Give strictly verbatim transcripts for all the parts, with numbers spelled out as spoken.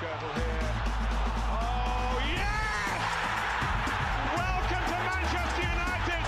girdle here. Oh yes! Welcome to Manchester United!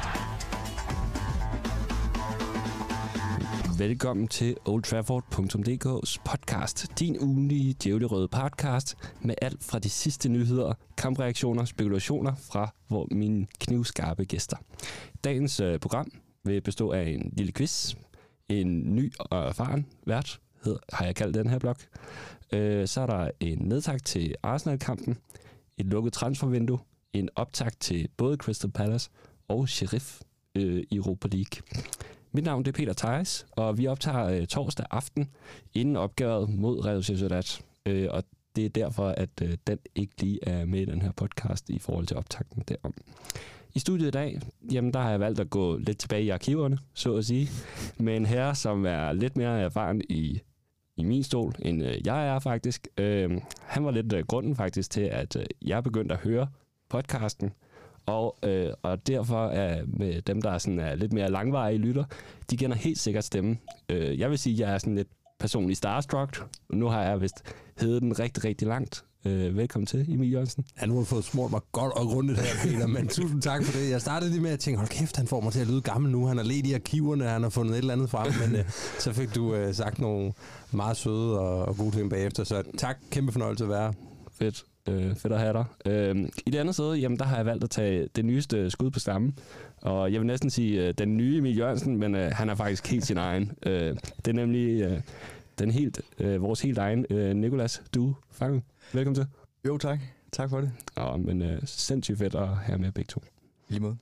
Velkommen til Old Trafford punktum d k's podcast. Din ugenlige djævlerøde podcast med alt fra de sidste nyheder, kampreaktioner, spekulationer fra hvor mine knivskarpe gæster. Dagens øh, program vil bestå af en lille quiz, en ny og erfaren vært, hedder, har jeg kaldt den her blog. Øh, så er der en nedtakt til Arsenal-kampen, et lukket transfervindue, en optakt til både Crystal Palace og Sheriff øh, i Europa League. Mit navn er Peter Theis, og vi optager øh, torsdag aften inden opgøret mod Real Sociedad. Øh, og det er derfor, at øh, den ikke lige er med i den her podcast i forhold til optakten derom. I studiet i dag, jamen der har jeg valgt at gå lidt tilbage i arkiverne, så at sige, med en herre, som er lidt mere erfaren i, i min stol, end øh, jeg er faktisk. Øh, han var lidt øh, grunden faktisk til, at øh, jeg begyndte at høre podcasten, og, øh, og derfor er med dem, der er, sådan, er lidt mere langvarige lytter, de kender helt sikkert stemmen. Øh, jeg vil sige, at jeg er sådan lidt personligt starstruck. Nu har jeg vist heddet den rigtig, rigtig langt. Øh, velkommen til, Emil Jørgensen. Ja, nu har du fået smurt mig godt og grundigt her, Peter, men tusind tak for det. Jeg startede lige med at tænke, hold kæft, han får mig til at lyde gammel nu. Han har let i arkiverne, han har fundet et eller andet frem, men øh, så fik du øh, sagt nogle meget søde og, og gode ting bagefter. Så tak, kæmpe fornøjelse at være. Fedt. Øh, fedt at have dig. Øh, I det andet side, jamen, der har jeg valgt at tage det nyeste skud på stammen. Og jeg vil næsten sige øh, den nye Emil Jørgensen, men øh, han er faktisk helt sin egen. Øh, det er nemlig øh, den helt, øh, vores helt egen øh, Nicolas Due Fange. Velkommen til. Jo, tak. Tak for det. Ja, men øh, sindssygt fedt at have med begge to. I lige måde.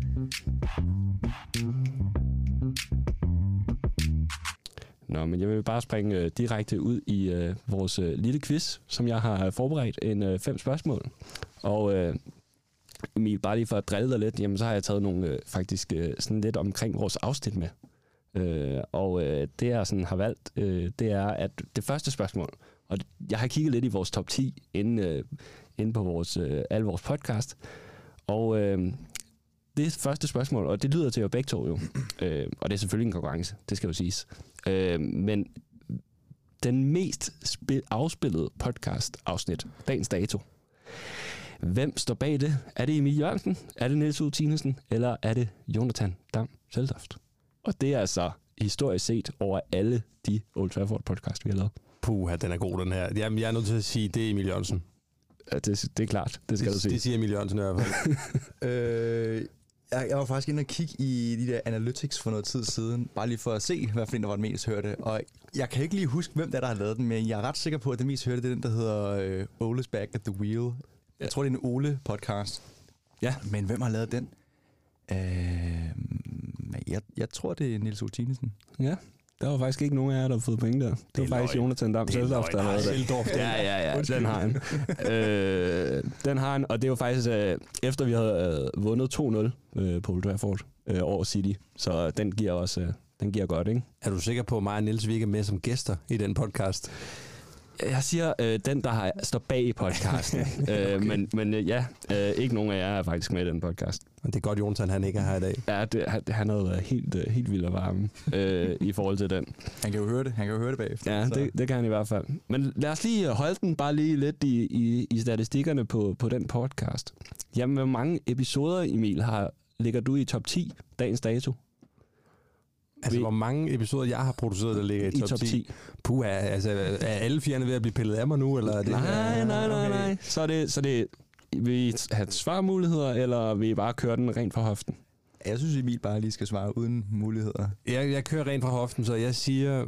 Nå, men jeg vil bare springe øh, direkte ud i øh, vores øh, lille quiz, som jeg har forberedt en øh, fem spørgsmål. Og øh, Emil, bare lige for at drille dig lidt, jamen, så har jeg taget nogle øh, faktisk øh, sådan lidt omkring vores afsnit med. Øh, og øh, det jeg sådan har valgt, øh, det er, at det første spørgsmål, og jeg har kigget lidt i vores top ti inde, øh, inde på vores, øh, alle vores podcast, og øh, det første spørgsmål, og det lyder til at begge to jo, øh, og det er selvfølgelig en konkurrence, det skal jo siges, øh, men den mest spil- afspillede podcast-afsnit, dagens dato, hvem står bag det? Er det Emil Jørgensen? Er det Niels Ue Tinesen? Eller er det Jonathan Dam Seltoft? Og det er altså historisk set over alle de Old Trafford podcast, vi har lavet. Puh, den er god, den her. Jamen, jeg er nødt til at sige, det er Emil Jørgensen. Ja, det, det er klart. Det skal det, du sige. Det siger Emil Jørgensen i hvert fald. øh, jeg, jeg var faktisk inde og kigge i de der analytics for noget tid siden, bare lige for at se, hvad for en, der var den mest hørte. Og jeg kan ikke lige huske, hvem der, der har lavet den, men jeg er ret sikker på, at den mest hørte, det er den, der hedder uh, Ole's Back at the Wheel. Jeg tror, det er en Ole-podcast. Ja. Men hvem har lavet den? Uh, jeg, jeg tror, det er Niels Ue Tinesen. Ja. Der var faktisk ikke nogen af jer, der har fået penge der. Det, det var faktisk løgn. Jonathan Dam Seltoft, der havde det. Ja, ja, ja. Den har han. øh, den har han, og det var faktisk øh, efter vi havde øh, vundet to nul øh, på Old Trafford øh, over City. Så den giver også øh, den giver godt, ikke? Er du sikker på, at mig og Niels vi ikke er med som gæster i den podcast? Jeg siger, øh, den, der har, står bag i podcasten. okay. øh, men men øh, ja, øh, ikke nogen af jer er faktisk med i den podcast. Og det er godt, Jonathan, han ikke er her i dag. Ja, det, han har været helt, helt vildt varme øh, i forhold til den. Han kan jo høre det, han kan jo høre det bagefter. Ja, det, det kan han i hvert fald. Men lad os lige holde den bare lige lidt i, i, i statistikkerne på, på den podcast. Jamen, hvor mange episoder, Emil, har, ligger du i top ti dagens dato? Altså, hvor mange episoder jeg har produceret, der ligger i top, I top ti? ti? Puh, altså, er alle fjerne ved at blive pillet af mig nu? Eller er det, nej, nej, nej, okay. nej. Så er det, så det, vil I have svarmuligheder, eller vil I bare køre den rent fra hoften? Jeg synes, Emil bare lige skal svare uden muligheder. Jeg, jeg kører rent fra hoften, så jeg siger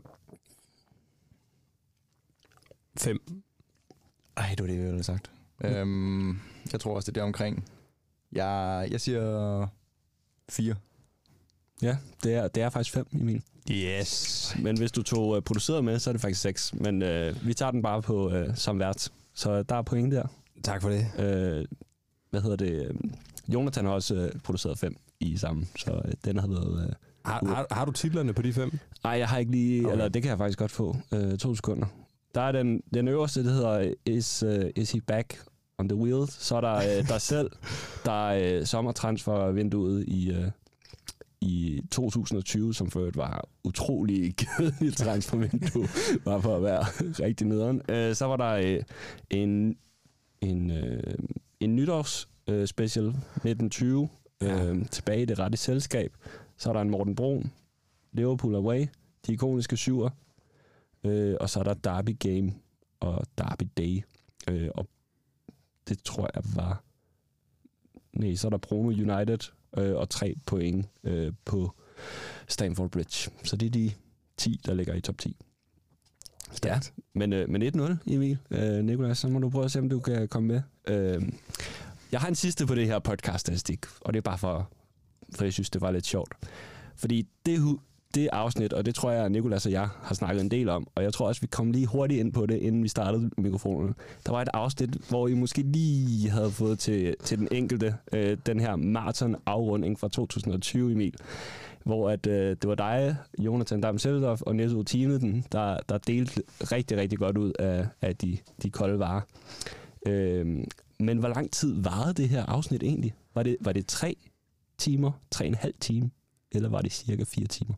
fem. Ej, det var det, jeg ville have sagt. Mm. Øhm, jeg tror også, det er der omkring. Jeg, jeg siger fire. Ja, det er, det er faktisk fem, Emil. Yes. Men hvis du tog uh, produceret med, så er det faktisk seks. Men uh, vi tager den bare på uh, som vært. Så der er point der. Tak for det. Uh, hvad hedder det? Jonathan har også uh, produceret fem i sammen, så uh, den har været... Uh, har, har, har du titlerne på de fem? Nej, jeg har ikke lige... Okay. Eller det kan jeg faktisk godt få. Uh, to sekunder. Der er den, den øverste, det hedder Is, uh, Is he back on the wheel? Så er der uh, dig selv, der er uh, sommertransfervinduet i... Uh, i to tusind og tyve, som før var utrolig kedeligt transfervindue, bare for at være rigtig nederen. Øh, så var der øh, en, en, øh, en nytårs øh, special nitten tyve, ja. øh, tilbage i det rette selskab. Så er der en Morten Brun, Liverpool Away, de ikoniske syver, øh, og så er der Derby Game og Derby Day, øh, og det tror jeg var... Nej, så er der Bruno United øh, og tre point øh, på Stamford Bridge. Så det er de ti, der ligger i top ti. Ja, men, øh, men et nul, Emil. Øh, Nicolas, så må du prøve at se, om du kan komme med. Øh, jeg har en sidste på det her podcast-statistik, og det er bare for, for jeg synes, det var lidt sjovt. Fordi det, det afsnit, og det tror jeg, at Nicolas og jeg har snakket en del om, og jeg tror også, vi kom lige hurtigt ind på det, inden vi startede mikrofonerne. Der var et afsnit, hvor I måske lige havde fået til, til den enkelte øh, den her marathon-afrunding fra to tusind og tyve, Emil, hvor at, øh, det var dig, Jonathan Damm-Seldorf og Neso Tineden, der, der delte rigtig, rigtig godt ud af, af de, de kolde varer. Øh, men hvor lang tid varede det her afsnit egentlig? Var det, var det tre timer, tre og en halv time, eller var det cirka fire timer?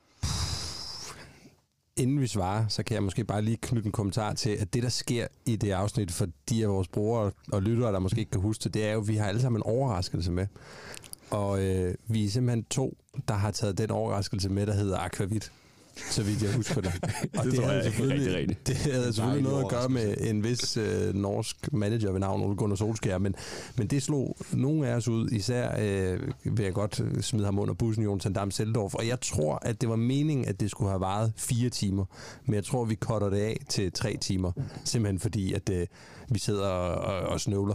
Inden vi svarer, så kan jeg måske bare lige knytte en kommentar til, at det, der sker i det afsnit, for de af vores brugere og lyttere, der måske ikke kan huske det, det er jo, at vi har alle sammen en overraskelse med. Og øh, vi er simpelthen to, der har taget den overraskelse med, der hedder Aquavit, så vidt jeg husker det. Og det, det havde selvfølgelig, rigtig, rigtig. det havde selvfølgelig noget at gøre med en vis øh, norsk manager ved navn Ole Gunnar Solskjær, men, men det slog nogle af os ud, især øh, vil jeg godt smide ham under bussen, Jonathan Damm-Seldorf, og jeg tror, at det var meningen, at det skulle have varet fire timer, men jeg tror, vi cutter det af til tre timer, simpelthen fordi, at øh, vi sidder og, og, og snøvler.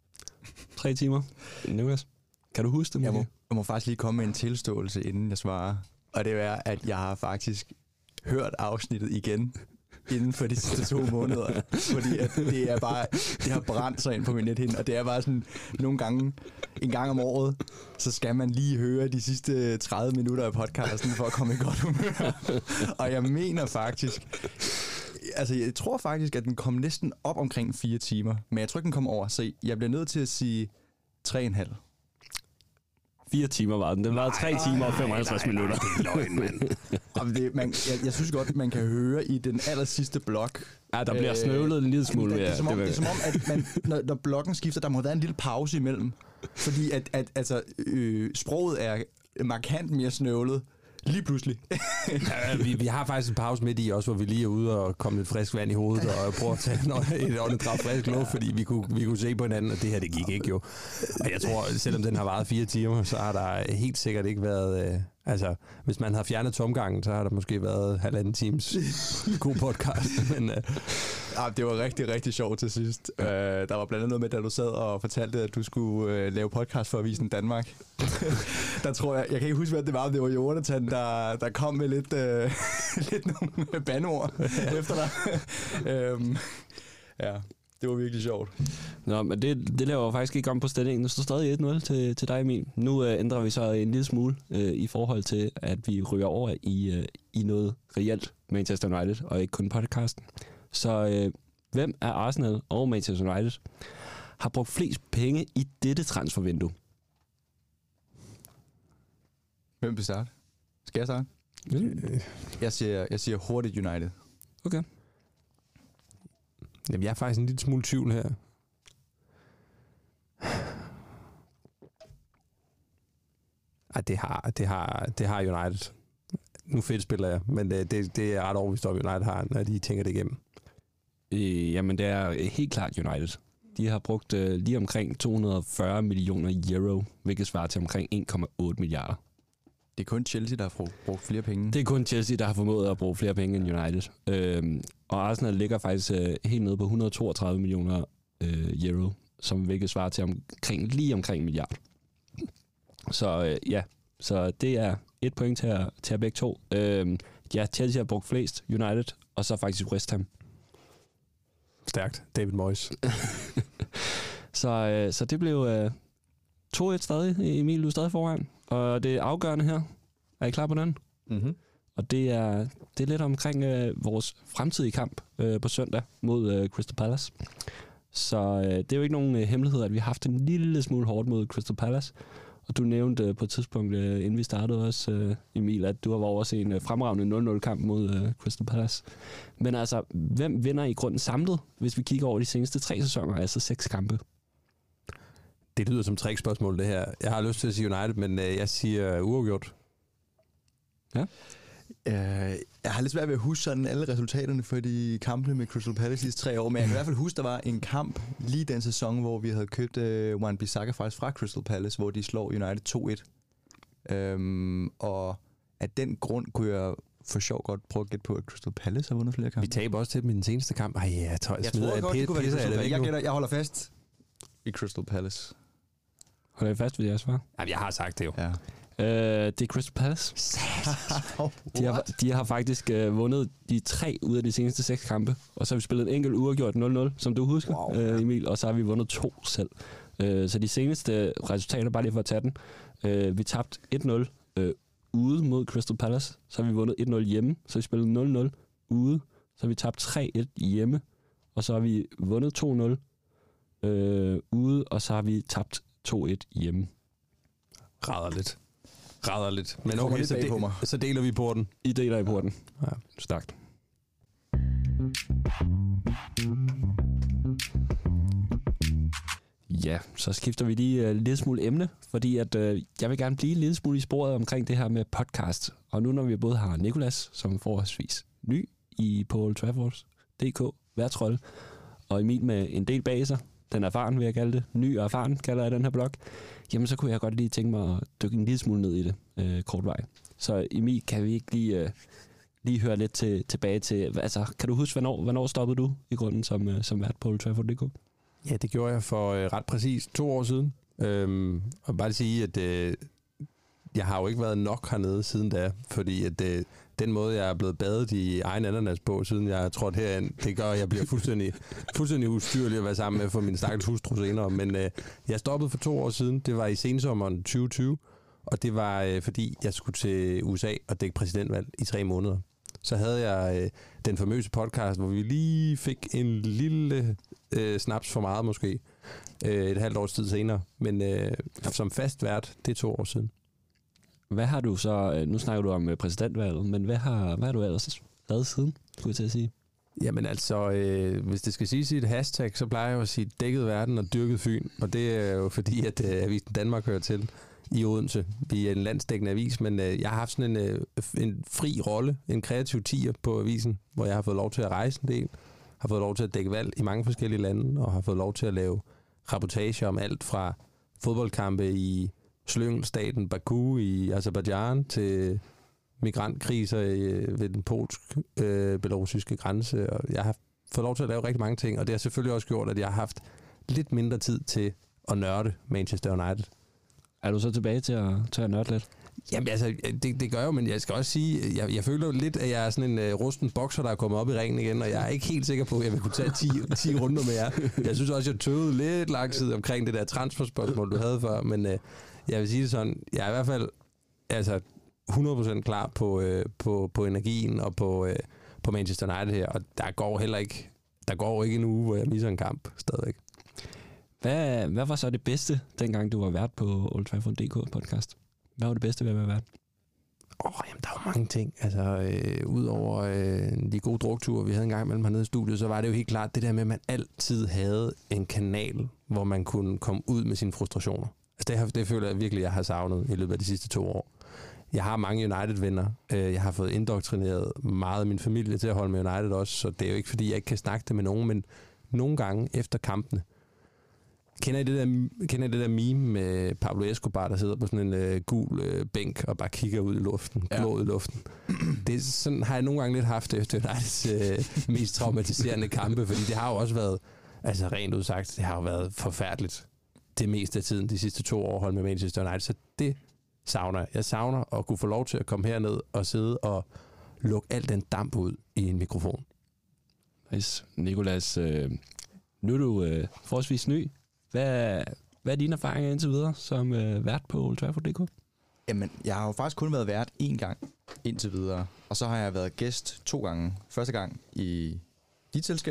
Tre timer. Nicolas, kan du huske det? Jeg må, jeg må faktisk lige komme med en tilståelse, inden jeg svarer. Og det er, at jeg har faktisk hørt afsnittet igen inden for de sidste to måneder. Fordi at det er bare, det har brændt sig ind på min nethinde, og det er bare sådan, nogle gange, en gang om året, så skal man lige høre de sidste tredive minutter af podcasten, for at komme i godt humør. Og jeg mener faktisk, altså jeg tror faktisk, at den kom næsten op omkring fire timer, men jeg tror ikke, den kom over. Så jeg bliver nødt til at sige tre og en halv. Fire timer var den. Den var tre timer og femoghalvtreds minutter. Det er løgn, mand. det, man, jeg, jeg synes godt, man kan høre i den aller sidste blok. Ja, der bliver snøvlet en lille smule. Det, det, er som om, det er som om, at man, når, når blokken skifter, der må være en lille pause imellem. Fordi at, at altså, øh, sproget er markant mere snøvlet. Lige pludselig. ja, vi, vi har faktisk en pause midt i også, hvor vi lige er ude og komme lidt frisk vand i hovedet og prøve at tage et åndedrag frisk luft, fordi vi kunne, vi kunne se på hinanden, og det her, det gik ikke jo. Og jeg tror, selvom den har varet fire timer, så har der helt sikkert ikke været... Øh, altså, hvis man har fjernet tomgangen, så har der måske været halvanden times god podcast. Men, øh, ja, det var rigtig, rigtig sjovt til sidst. Ja. Uh, der var blandt andet noget med, da du sad og fortalte, at du skulle uh, lave podcast for Avisen Danmark. Der tror jeg, jeg kan ikke huske, hvad det var, det var Jonathan, der, der kom med lidt, uh, lidt nogle bandeord efter dig. um, ja, det var virkelig sjovt. Nå, men det, det laver faktisk ikke om på stillingen. Der står stadig et nul til, til dig, Emil. Nu uh, ændrer vi så en lille smule uh, i forhold til, at vi ryger over i, uh, i noget reelt Manchester United, og ikke kun podcasten. Så uh, hvem af Arsenal og Manchester United har brugt flest penge i dette transfervindue? Hvem vil starte? Skal jeg starte? Mm. Jeg siger, jeg siger hurtigt United. Okay. Jamen, jeg er faktisk en lille smule tvivl her. Ej, det har, det har, det har United. Nu fedt spiller jeg, men det, det, det er ret overbevist om, United har, når de tænker det igennem. Øh, jamen, det er helt klart United. De har brugt øh, lige omkring to hundrede og fyrre millioner euro, hvilket svarer til omkring en komma otte milliarder. Det er kun Chelsea, der har brugt flere penge. Det er kun Chelsea, der har formået at bruge flere penge end United. Øhm, og Arsenal ligger faktisk øh, helt nede på et hundrede og toogtredive millioner øh, euro, som hvilket svarer til omkring, lige omkring en milliard. Så øh, ja, så det er et point til at, til at begge to. Øhm, ja, Chelsea har brugt flest, United, og så faktisk West Ham. Stærkt. David Moyes. så, øh, så det blev øh, to et stadig. Emil, du er stadig foran. Og det er afgørende her. Er I klar på den? Mm-hmm. Og det er, det er lidt omkring øh, vores fremtidige kamp øh, på søndag mod øh, Crystal Palace. Så øh, det er jo ikke nogen øh, hemmelighed, at vi har haft en lille smule hårdt mod Crystal Palace. Og du nævnte uh, på et tidspunkt, uh, inden vi startede også, uh, Emil, at du har været over til en uh, fremragende nul nul-kamp mod uh, Crystal Palace. Men altså, hvem vinder i grunden samlet, hvis vi kigger over de seneste tre sæsoner, altså seks kampe? Det lyder som trickspørgsmål, det her. Jeg har lyst til at sige United, men uh, jeg siger uh, uafgjort. Ja. Uh, jeg har lidt svært ved at huske sådan alle resultaterne for de kampene med Crystal Palace de tre år, men jeg kan i hvert fald huske, der var en kamp lige den sæson, hvor vi havde købt uh, Wan-Bissaka faktisk fra Crystal Palace, hvor de slår United to et. Um, og af den grund kunne jeg for sjov godt prøve at gætte på, at Crystal Palace har vundet flere kampe. Vi taber også til dem i den seneste kamp. Ej, jeg tror, jeg, jeg smider, tror jeg godt, det kunne være Crystal Palace. Jeg, gætter, jeg holder fast i Crystal Palace. Holder I fast ved jeres svar? Jamen, jeg har sagt det jo. Ja. Uh, det er Crystal Palace. de, har, de har faktisk uh, vundet de tre ud af de seneste seks kampe, og så har vi spillet en enkelt uafgjort nul nul, som du husker, wow. uh, Emil, og så har vi vundet to selv. Uh, så de seneste resultater, bare lige for at tage den, uh, vi tabte et nul uh, ude mod Crystal Palace, så har vi vundet et nul hjemme, så har vi spillet nul nul ude, så har vi tabt tre et hjemme, og så har vi vundet to nul uh, ude, og så har vi tabt to et hjemme. Ræder lidt. Ræder lidt. Men kommer okay, lidt så, bag på mig. de, så deler vi på den. I deler i porten. Ja. Stærkt. Ja, så skifter vi lige uh, lidt smule emne, fordi at, uh, jeg vil gerne blive lidt smule i sporet omkring det her med podcast. Og nu når vi både har Nicolas, som forholdsvis ny i på Old Trafford punktum d k, værtsrolle, og Emil med en del bag sig, den erfaren vil jeg kalde det, ny og erfaren kalder jeg den her blog, jamen så kunne jeg godt lige tænke mig at dykke en lille smule ned i det, øh, kort vej. Så Emil, kan vi ikke lige, øh, lige høre lidt til, tilbage til, altså kan du huske, hvornår, hvornår stoppede du i grunden som, øh, som vært på Old Trafford punktum d k? Ja, det gjorde jeg for øh, ret præcis to år siden. Øhm, og bare sige, at øh, jeg har jo ikke været nok hernede siden da, fordi at øh, den måde, jeg er blevet badet i egen ananas på, siden jeg er trådt herind, det gør, at jeg bliver fuldstændig, fuldstændig ustyrlig at være sammen med for min stakkels hustru senere. Men øh, jeg stoppede for to år siden. Det var i sensommeren tyve tyve, og det var, øh, fordi jeg skulle til U S A og dække præsidentvalg i tre måneder. Så havde jeg øh, den famøse podcast, hvor vi lige fik en lille øh, snaps for meget måske, øh, et halvt års tid senere. Men øh, som fast vært, det er to år siden. Hvad har du så, nu snakker du om præsidentvalget, men hvad har, hvad har du ellers lavet siden, skulle jeg til at sige? Jamen altså, øh, hvis det skal siges i et hashtag, så plejer jeg at sige dækket verden og dyrket Fyn, og det er jo fordi, at øh, Avisen Danmark hører til i Odense. Vi er en landsdækkende avis, men øh, jeg har haft sådan en, øh, en fri rolle, en kreativ tier på avisen, hvor jeg har fået lov til at rejse en del, har fået lov til at dække valg i mange forskellige lande, og har fået lov til at lave rapportager om alt fra fodboldkampe i slyngelstaten Baku i Aserbajdsjan til migrantkriser ved den polsk-belarusiske øh, grænse. Og jeg har fået lov til at lave rigtig mange ting, og det har selvfølgelig også gjort, at jeg har haft lidt mindre tid til at nørde Manchester United. Er du så tilbage til at, til at nørde lidt? Jamen altså, det, det gør jo, men jeg skal også sige, jeg, jeg føler jo lidt, at jeg er sådan en uh, rusten bokser, der er kommet op i ringen igen, og jeg er ikke helt sikker på, at jeg vil kunne tage ti, ti runder med jer. Jeg synes også, jeg tøvede lidt lang tid omkring det der transferspørgsmål, du havde før, men uh, jeg vil sige det sådan, jeg er i hvert fald altså hundrede procent klar på, uh, på, på energien og på, uh, på Manchester United her, og der går heller ikke, der går ikke en uge, hvor jeg misser en kamp stadigvæk. Hvad, hvad var så det bedste, dengang du var vært på Old Trafford punktum d k podcast? Hvad var det bedste ved at være vært? Åh, oh, jamen, der var mange ting. Altså, øh, udover øh, de gode drukture, vi havde engang mellem hernede i studiet, så var det jo helt klart det der med, at man altid havde en kanal, hvor man kunne komme ud med sine frustrationer. Altså, det, har, det føler jeg virkelig, jeg har savnet i løbet af de sidste to år. Jeg har mange United-venner. Jeg har fået indoktrineret meget af min familie til at holde med United også, så det er jo ikke, fordi jeg ikke kan snakke det med nogen, men nogle gange efter kampene, Kender I det der, kender I det der meme med Pablo Escobar, der sidder på sådan en uh, gul uh, bænk og bare kigger ud i luften, ja. glår ud i luften? Det er sådan, har jeg nogle gange lidt haft efter Uniteds uh, mest traumatiserende kampe, fordi det har jo også været, altså rent udsagt, det har jo været forfærdeligt det meste af tiden, de sidste to år holdt med Manchester United, så det savner jeg. Jeg savner at kunne få lov til at komme herned og sidde og lukke al den damp ud i en mikrofon. Nice. Nicolas, øh, nu er du øh, forholdsvis ny. Hvad, hvad er dine erfaringer indtil videre som øh, vært på Old Trafford punktum d k? Jamen, jeg har jo faktisk kun været vært én gang indtil videre. Og så har jeg været gæst to gange. Første gang i dit selskab,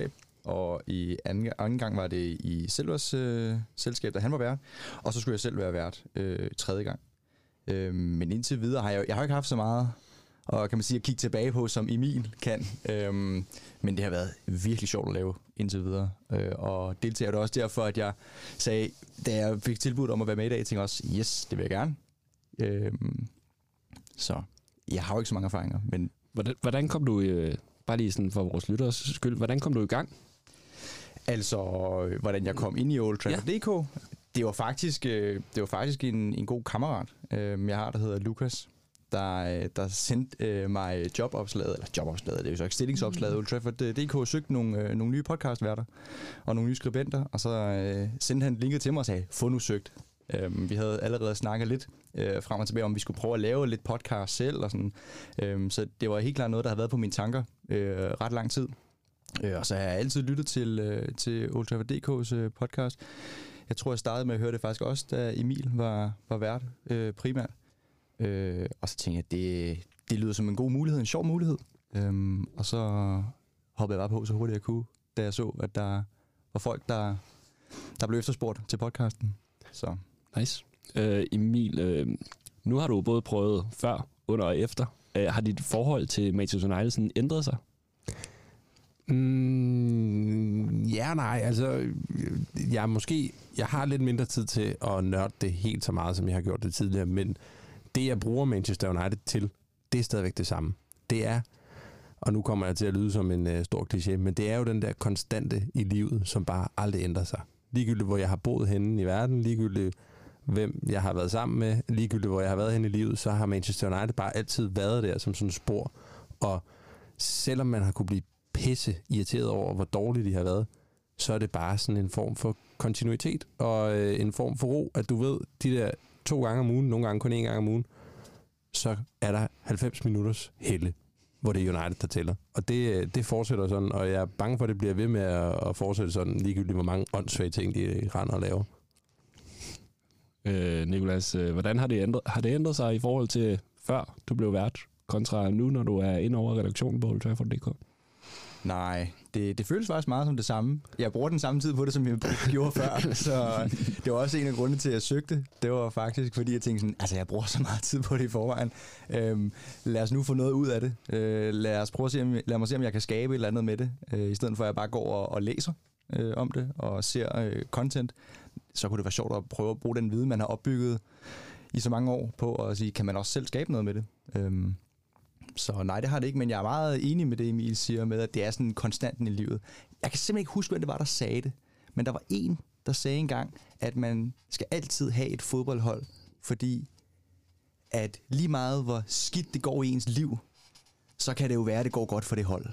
og i anden, anden gang var det i Silvers øh, selskab, da han var vært, og så skulle jeg selv være vært øh, tredje gang. Øh, men indtil videre har jeg, jeg har ikke haft så meget, og kan man sige, at kigge tilbage på, som Emil kan. Øh, men det har været virkelig sjovt at lave indtil videre, øh, og deltager det også derfor, at jeg sagde, da jeg fik tilbudt om at være med i dag, jeg tænkte også, yes, det vil jeg gerne. Øh, så jeg har jo ikke så mange erfaringer, men... Hvordan, hvordan kom du, øh, bare lige sådan for vores lytteres skyld, hvordan kom du i gang? Altså, hvordan jeg kom ind i Old Trafford punktum d k, ja. det var faktisk, det var faktisk en, en god kammerat, jeg har, der hedder Lukas, der, der sendte mig jobopslaget, eller jobopslaget, det er jo så ikke stillingsopslaget, Old Trafford punktum d k søgte nogle, nogle nye podcastværter og nogle nye skribenter, og så sendte han linket til mig og sagde, få nu søgt. Vi havde allerede snakket lidt øh, frem og tilbage om, vi skulle prøve at lave lidt podcast selv. Og sådan. Øh, så det var helt klart noget, der havde været på mine tanker øh, ret lang tid. Øh, og så har jeg altid lyttet til, øh, til Old Trafford punktum d k's øh, podcast. Jeg tror, jeg startede med at høre det faktisk også, da Emil var, var vært øh, primært. Øh, og så tænkte jeg, det, det lyder som en god mulighed, en sjov mulighed. Øh, og så hoppede jeg bare på så hurtigt jeg kunne, da jeg så, at der var folk, der, der blev efterspurgt til podcasten. Så... Nice. Øh, Emil, øh, nu har du både prøvet før, under og efter. Øh, har dit forhold til Manchester United sådan ændret sig? Mm, ja, nej. Altså, jeg måske... Jeg har lidt mindre tid til at nørde det helt så meget, som jeg har gjort det tidligere, men det, jeg bruger Manchester United til, det er stadigvæk det samme. Det er, og nu kommer jeg til at lyde som en uh, stor kliché, men det er jo den der konstante i livet, som bare aldrig ændrer sig. Ligegyldigt, hvor jeg har boet henne i verden, ligegyldigt, hvem jeg har været sammen med, ligegyldigt hvor jeg har været henne i livet, så har Manchester United bare altid været der som sådan en spor. Og selvom man har kunne blive pisse irriteret over, hvor dårligt de har været, så er det bare sådan en form for kontinuitet og øh, en form for ro, at du ved, de der to gange om ugen, nogle gange kun en gang om ugen, så er der halvfems minutters helle, hvor det er United, der tæller. Og det, det fortsætter sådan, og jeg er bange for, at det bliver ved med at, at fortsætte sådan, ligegyldigt hvor mange åndssvage ting, de render og laver. Øh, Nicolas, øh, hvordan har det, ændret, har det ændret sig i forhold til før du blev vært, kontra nu, når du er inde over redaktionen på Old Trafford punktum d k? Nej, det, det føles faktisk meget som det samme. Jeg bruger den samme tid på det, som jeg gjorde før, så det var også en af grundene til, at jeg søgte. Det var faktisk, fordi jeg tænkte sådan, altså jeg bruger så meget tid på det i forvejen. Øhm, lad os nu få noget ud af det. Øh, lad, os prøve at se, om, lad mig se, om jeg kan skabe et eller andet med det, øh, i stedet for at jeg bare går og, og læser øh, om det, og ser øh, content. Så kunne det være sjovt at prøve at bruge den viden, man har opbygget i så mange år på, at sige, kan man også selv skabe noget med det? Øhm, Så nej, det har det ikke, men jeg er meget enig med det, Emil siger med, at det er sådan konstant i livet. Jeg kan simpelthen ikke huske, hvem det var, der sagde det, men der var en, der sagde engang, at man skal altid have et fodboldhold, fordi at lige meget, hvor skidt det går i ens liv, så kan det jo være, at det går godt for det hold.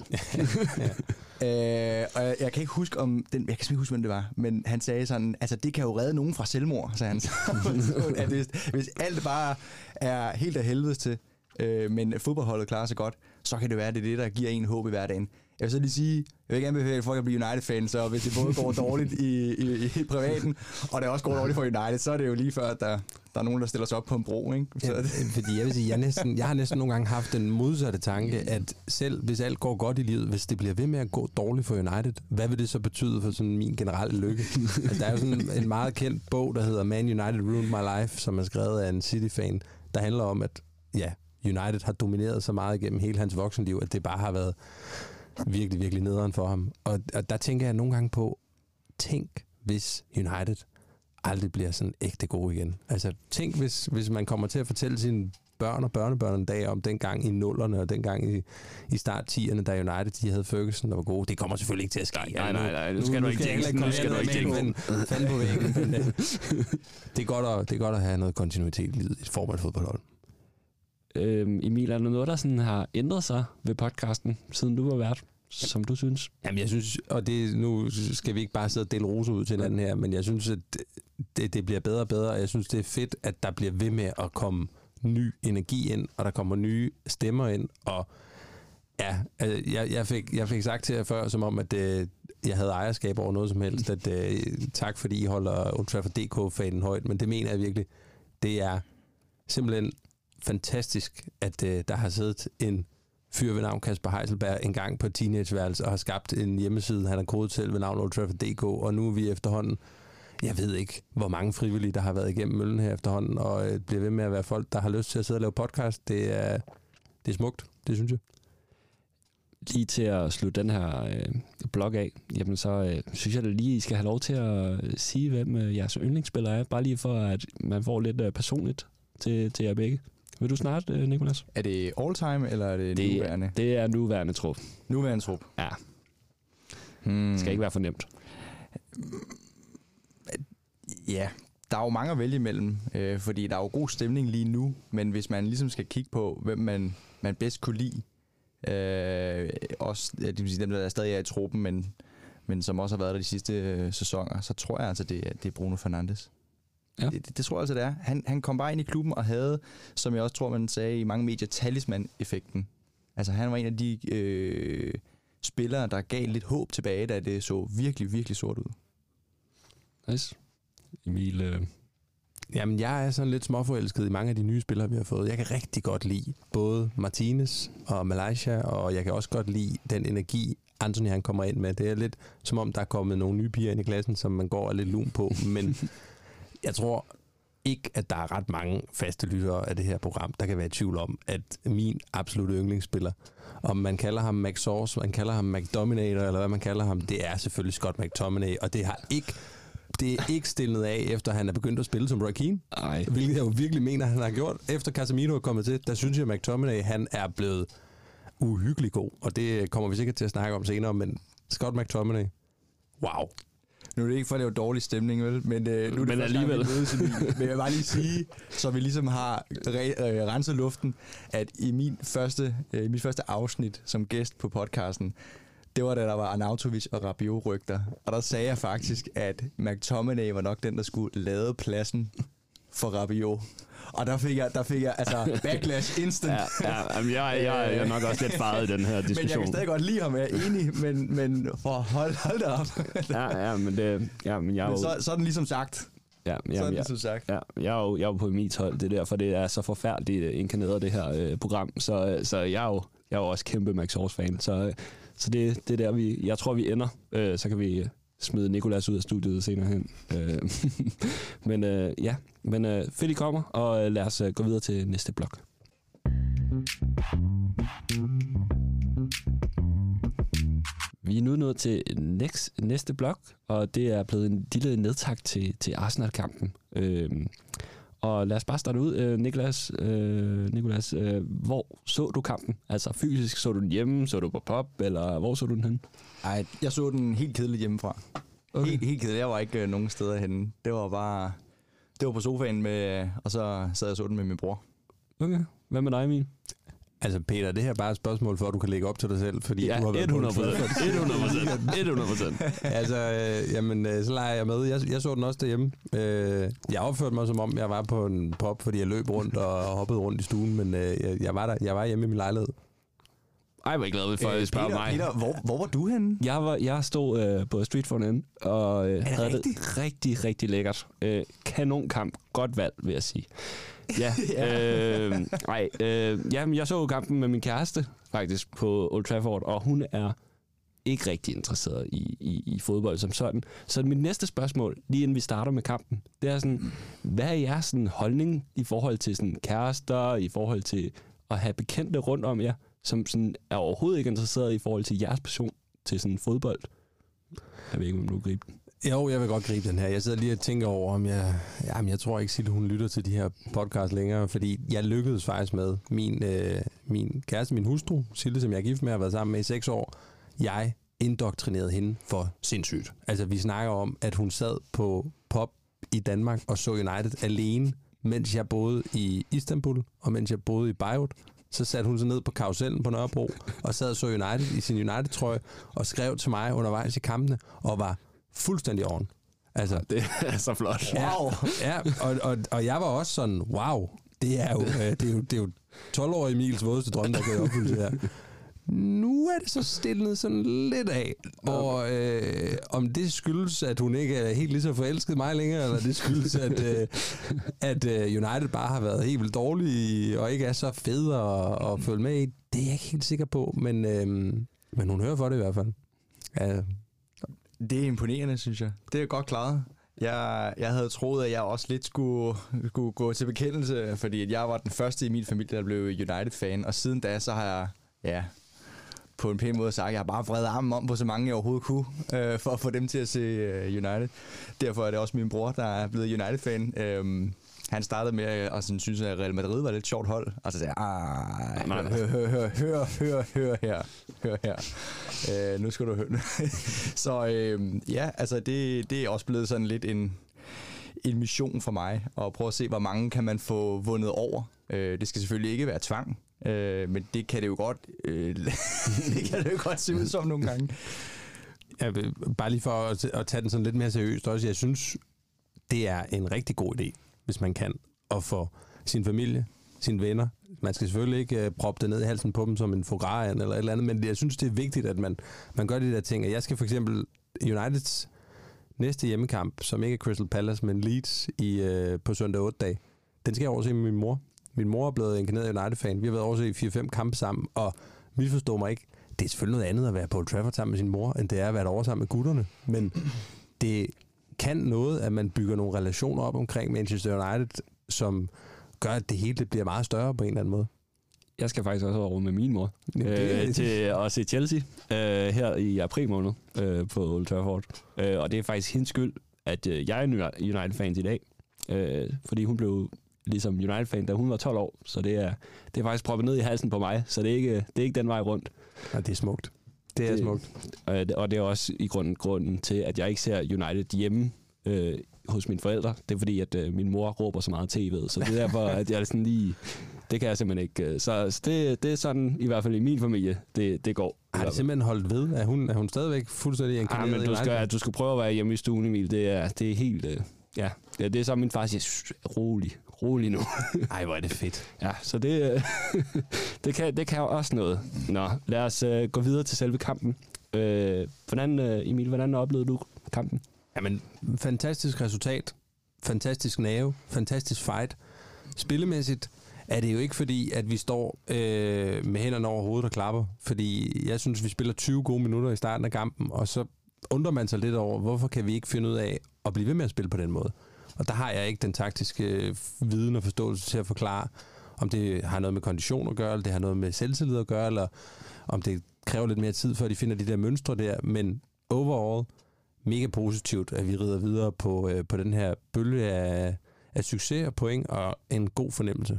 øh, og jeg, jeg kan ikke huske om den, jeg kan ikke huske, hvem det var, men han sagde sådan, altså det kan jo redde nogen fra selvmord, sagde han. at hvis, hvis alt bare er helt af helvedes til, øh, men fodboldholdet klarer sig godt, så kan det være, at det er det, der giver en håb i hverdagen. Jeg vil så lige sige, jeg vil ikke anbefale folk at blive United-fans, så hvis det både går dårligt i, i, i privaten, og det også går dårligt for United, så er det jo lige før, at der, der er nogen, der stiller sig op på en bro, ikke? Så ja, fordi jeg vil sige, jeg, næsten, jeg har næsten nogle gange haft den modsatte tanke, at selv hvis alt går godt i livet, hvis det bliver ved med at gå dårligt for United, hvad vil det så betyde for sådan min generelle lykke? Altså, der er jo sådan en meget kendt bog, der hedder Man United Ruined My Life, som er skrevet af en City-fan, der handler om, at ja, United har domineret så meget igennem hele hans voksenliv, at det bare har været virkelig, virkelig nederen for ham. Og, og der tænker jeg nogle gange på, tænk, hvis United aldrig bliver sådan ægte gode igen. Altså, tænk, hvis, hvis man kommer til at fortælle sine børn og børnebørn en dag om dengang i nullerne, og dengang i, i start tierne, da United de havde Ferguson, der var gode. Det kommer selvfølgelig ikke til at ske. Nej, nej, nej. Nu skal du ikke tænke. Nu skal du ikke tænke. Fanden på væggen. Men, det, er godt at, det er godt at have noget kontinuitet i et form af et fodboldhold. Øhm, Emil, er der noget, der sådan har ændret sig ved podcasten, siden du var vært, som du synes? Jamen, jeg synes, og det, nu skal vi ikke bare sidde og dele roser ud til hinanden her, men jeg synes, at det, det bliver bedre og bedre, og jeg synes, det er fedt, at der bliver ved med at komme ny energi ind, og der kommer nye stemmer ind, og ja, altså, jeg, jeg, fik, jeg fik sagt til jer før, som om, at øh, jeg havde ejerskab over noget som helst, at øh, tak fordi I holder Old Trafford punktum d k-fanen højt, men det mener jeg virkelig, det er simpelthen fantastisk, at øh, der har siddet en fyr ved navn Kasper Heiselberg en gang på et teenageværelse og har skabt en hjemmeside, han har kodet til ved navn Old Trafford punktum d k, og nu er vi efterhånden, jeg ved ikke, hvor mange frivillige, der har været igennem møllen her efterhånden, og øh, bliver ved med at være folk, der har lyst til at sidde og lave podcast. Det er, det er smukt, det synes jeg. Lige til at slutte den her øh, blog af, jamen så øh, synes jeg da lige, I skal have lov til at sige, hvem øh, jeres yndlingsspiller er, bare lige for, at man får lidt øh, personligt til, til jer begge. Vil du snart, øh, Nicolas? Er det all time, eller er det, det nuværende? Det er nuværende trup. Nuværende trup? Ja. Hmm. Det skal ikke være for nemt. Ja, der er jo mange at vælge imellem, øh, fordi der er jo god stemning lige nu, men hvis man ligesom skal kigge på, hvem man, man bedst kunne lide, øh, også det vil sige, dem, der stadig er i truppen, men, men som også har været der de sidste øh, sæsoner, så tror jeg altså, det er, det er Bruno Fernandes. Ja. Det, det, det tror jeg altså, det er. Han, han kom bare ind i klubben og havde, som jeg også tror, man sagde i mange medier, talisman-effekten. Altså han var en af de øh, spillere, der gav lidt håb tilbage, da det så virkelig, virkelig sort ud. Nice. Emil... Øh... Jamen, jeg er sådan lidt småforelsket i mange af de nye spillere, vi har fået. Jeg kan rigtig godt lide både Martinez og Malaysia, og jeg kan også godt lide den energi, Anthony han kommer ind med. Det er lidt som om, der er kommet nogle nye piger ind i klassen, som man går og lidt lun på, men jeg tror ikke, at der er ret mange faste lyttere af det her program, der kan være i tvivl om, at min absolutte yndlingsspiller, om man kalder ham Mac Sauce, man kalder ham McDominator, eller hvad man kalder ham, det er selvfølgelig Scott McTominay, og det har ikke det er ikke stillet af, efter han er begyndt at spille som Roy Keane. Ej. Hvilket jeg jo virkelig mener, han har gjort. Efter Casemiro er kommet til, der synes jeg, at McTominay, han er blevet uhyggelig god. Og det kommer vi sikkert til at snakke om senere, men Scott McTominay, wow. Nu er det ikke for at lave dårlig stemning, vel? Men, øh, nu er det men alligevel. Gang, mødes, men jeg vil bare lige sige, så vi ligesom har re- øh, renset luften, at i, min første, øh, i mit første afsnit som gæst på podcasten, det var da der var Arnautovic og Rabiot-rygter. Og der sagde jeg faktisk, at McTominay var nok den, der skulle lade pladsen for Rabiot. Og der fik jeg, der fik jeg altså backlash instant. Ja, ja jeg, jeg, jeg er nok også lidt faret i den her diskussion. Men jeg kan stadig godt lide ham, jeg er enig, men, men for hold, hold da op. ja, ja, men det... Ja, men jeg men jo, så, så er den ligesom sagt. Ja, så er den ligesom sagt. Ja, jeg er jo jeg er jo på Emils hold. Det er derfor, det er så forfærdeligt inkarneret, det her øh, program. Så, så jeg er jo jeg er jo også kæmpe Max Horse-fan. Så... Så det, det er der, vi, jeg tror, vi ender. Øh, så kan vi smide Nicolas ud af studiet senere hen. Øh, men øh, ja, men øh, fedt I kommer, og øh, lad os øh, gå videre til næste blok. Vi er nu nået til next, næste blok, og det er blevet en lille nedtak til, til Arsenal-kampen. Øh, Og lad os bare starte ud. Øh, Nicolas, øh, Nicolas øh, hvor så du kampen? Altså fysisk, så du den hjemme, så du på pop, eller hvor så du den hen? Ej, jeg så den helt kedeligt hjemmefra. Okay. Helt, helt kedeligt. Jeg var ikke øh, nogen steder henne. Det var bare... Det var på sofaen, med, og så sad jeg og så den med min bror. Okay. Hvad med dig, Emil? Altså Peter, det her er bare et spørgsmål for, at du kan lægge op til dig selv, fordi ja, du har været hundrede procent. hundrede procent. Altså, øh, jamen, øh, så leger jeg med. Jeg, jeg så den også derhjemme. Øh, jeg opførte mig, som om jeg var på en pop, fordi jeg løb rundt og hoppede rundt i stuen, men øh, jeg, jeg, var der, jeg var hjemme i min lejlighed. Ej, hvor er jeg glad for, at I spørger mig. Peter, hvor, hvor var du henne? Jeg, var, jeg stod øh, på Street for N, og øh, havde rigtigt? det rigtig, rigtig lækkert. Øh, kanonkamp. Godt valg, vil jeg sige. Ja, øh, nej, øh, jamen, jeg så kampen med min kæreste, faktisk, på Old Trafford, og hun er ikke rigtig interesseret i, i, i fodbold som sådan. Så mit næste spørgsmål, lige inden vi starter med kampen, det er sådan, hvad er jeres sådan, holdning i forhold til sådan, kærester, i forhold til at have bekendte rundt om jer, som sådan, er overhovedet ikke interesseret i forhold til jeres passion til sådan, fodbold? Jeg ved ikke, om du griber den. Jo, jeg vil godt gribe den her. Jeg sidder lige og tænker over, om jeg... Jamen, jeg tror ikke, Sille, hun lytter til de her podcast længere, fordi jeg lykkedes faktisk med min, øh, min kæreste, min hustru, Sille, som jeg er gift med, har været sammen med i seks år. Jeg indoktrinerede hende for sindssygt. Altså, vi snakker om, at hun sad på pop i Danmark og så United alene, mens jeg boede i Istanbul, og mens jeg boede i Beirut. Så satte hun sig ned på karusellen på Nørrebro, og sad og så United i sin United-trøje, og skrev til mig undervejs i kampene, og var fuldstændig oven. Altså, det er så flot. Wow. Ja, og, og, og jeg var også sådan, wow, det er jo, øh, det er jo, det er jo tolv-årige Emils vådeste drøm, der kan opfylde det her. Nu er det så stillet sådan lidt af, og øh, om det skyldes, at hun ikke er helt lige så forelsket mig længere, eller det skyldes, at, øh, at øh, United bare har været helt vildt dårlige, og ikke er så fed at, at følge med i, det er jeg ikke helt sikker på, men, øh, men hun hører for det i hvert fald. Ja. Det er imponerende, synes jeg. Det er godt klaret. Jeg, jeg havde troet, at jeg også lidt skulle, skulle gå til bekendelse, fordi at jeg var den første i min familie, der blev United-fan, og siden da, så har jeg, ja, på en pæn måde sagt, at jeg har bare vredet armen om på så mange, jeg overhovedet kunne, øh, for at få dem til at se øh, United. Derfor er det også min bror, der er blevet United-fan. Øhm, han startede med at synes, at Real Madrid var et lidt sjovt hold, og så sagde jeg, hør, hør, hør, hør, hør, hør, hør her, hør her. Øh, nu skal du høre. Så øh, ja, altså det, det er også blevet sådan lidt en, en mission for mig, at prøve at se, hvor mange kan man få vundet over. Øh, det skal selvfølgelig ikke være tvang, øh, men det kan det jo godt, øh, det kan det jo godt se ud som nogle gange. Ja, bare lige for at, at tage den sådan lidt mere seriøst også, jeg synes, det er en rigtig god idé, hvis man kan, at få sin familie, sine venner. Man skal selvfølgelig ikke uh, proppe det ned i halsen på dem som en fograen eller et eller andet, men jeg synes, det er vigtigt, at man, man gør de der ting. Jeg skal for eksempel Uniteds næste hjemmekamp, som ikke er Crystal Palace, men Leeds i, uh, på søndag otte dag, den skal jeg overse med min mor. Min mor er blevet en kanadisk United-fan. Vi har været overse i fire fem kampe sammen, og vi forstår mig ikke. Det er selvfølgelig noget andet at være på Old Trafford sammen med sin mor, end det er at være derovre sammen med gutterne. Men det kan noget, at man bygger nogle relationer op omkring Manchester United, som gør, at det hele bliver meget større på en eller anden måde. Jeg skal faktisk også over med min mor Jamen, det øh, til at se Chelsea øh, her i april måned øh, på Old Trafford. Øh, og det er faktisk hendes skyld, at øh, jeg er United-fan i dag. Øh, fordi hun blev ligesom United-fan, da hun var tolv år. Så det er, det er faktisk proppet ned i halsen på mig, så det er ikke, det er ikke den vej rundt. Ja, det er smukt. Det er det, smukt. Øh, og det er også i grunden, grunden til, at jeg ikke ser United hjemme øh, hos mine forældre. Det er fordi, at øh, min mor råber så meget tv'et, så det er derfor, at jeg er sådan lige... Det kan jeg simpelthen ikke. Så, så det, det er sådan, i hvert fald i min familie, det, det går. Har det simpelthen holdt ved? Er hun, er hun stadigvæk fuldstændig en ah, men du skal, du skal prøve at være hjemme i stuen, Emil. Det er, det er helt... Øh, ja. ja, det er så min far siger, rolig, rolig nu. Ej, hvor er det fedt. Ja, så det, øh, det, kan, det kan jo også noget. Nå, lad os øh, gå videre til selve kampen. Øh, hvordan, øh, Emil, hvordan oplevede du kampen? Jamen, fantastisk resultat. Fantastisk nerve. Fantastisk fight. Spillemæssigt er det jo ikke fordi, at vi står øh, med hænderne over hovedet og klapper. Fordi jeg synes, vi spiller tyve gode minutter i starten af kampen, og så undrer man sig lidt over, hvorfor kan vi ikke finde ud af at blive ved med at spille på den måde. Og der har jeg ikke den taktiske viden og forståelse til at forklare, om det har noget med kondition at gøre, eller det har noget med selvtillid at gøre, eller om det kræver lidt mere tid, før de finder de der mønstre der. Men overall, mega positivt, at vi rider videre på, øh, på den her bølge af, af succes og point og en god fornemmelse.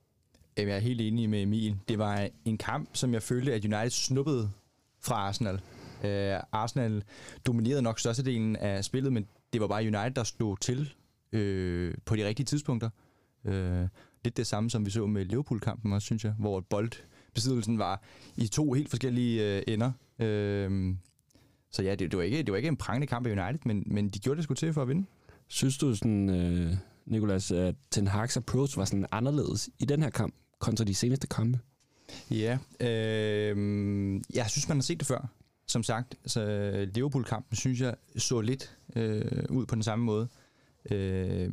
Jeg er helt enig med Emil. Det var en kamp, som jeg følte, at United snuppede fra Arsenal. Uh, Arsenal dominerede nok størstedelen af spillet, men det var bare United, der slog til uh, på de rigtige tidspunkter. Uh, lidt det samme, som vi så med Liverpool-kampen også, synes jeg, hvor boldbesiddelsen var i to helt forskellige uh, ender. Uh, så ja, det, det, var ikke, det var ikke en prangende kamp af United, men, men de gjorde det sgu til for at vinde. Synes du sådan, øh, Nicolas, at Ten Hag's approach var sådan anderledes i den her kamp kontra de seneste kampe? Ja, øh, jeg synes, man har set det før. Som sagt, så Liverpool-kampen, synes jeg, så lidt øh, ud på den samme måde. Øh,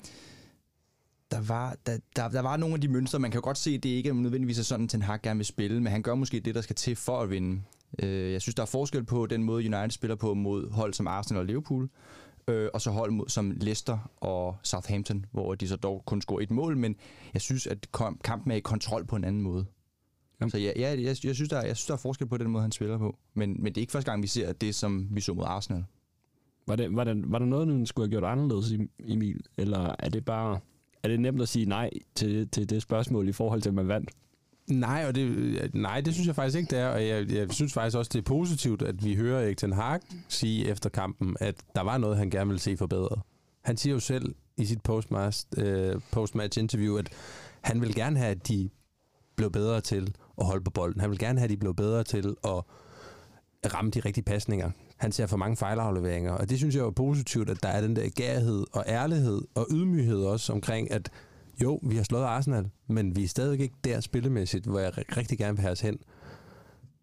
der, var, der, der, der var nogle af de mønstre, man kan jo godt se, det ikke er nødvendigvis sådan, Ten Hag gerne vil spille, men han gør måske det, der skal til for at vinde. Øh, jeg synes, der er forskel på den måde, United spiller på mod hold som Arsenal og Liverpool, øh, og så hold mod, som Leicester og Southampton, hvor de så dog kun scorer et mål, men jeg synes, at kampen er i kontrol på en anden måde. Ja. Så ja, ja jeg, jeg, synes, der er, jeg synes, der er forskel på den måde, han spiller på. Men, men det er ikke første gang, vi ser det, som vi så mod Arsenal. Var, det, var, det, var der noget, man skulle have gjort anderledes, Emil? Eller er det bare er det nemt at sige nej til, til det spørgsmål i forhold til, at man vandt? Nej, og det, nej, det synes jeg faktisk ikke, det er. Og jeg, jeg synes faktisk også, det er positivt, at vi hører Erik Ten Hag sige efter kampen, at der var noget, han gerne ville se forbedret. Han siger jo selv i sit postmatch, øh, postmatch interview, at han vil gerne have, at de blev bedre til at holde på bolden. Han vil gerne have, at de blev bedre til at ramme de rigtige pasninger. Han ser for mange fejlafleveringer, og det synes jeg er positivt, at der er den der gærhed og ærlighed og ydmyghed også omkring, at jo, vi har slået Arsenal, men vi er stadig ikke der spillemæssigt, hvor jeg rigtig gerne vil have os hen.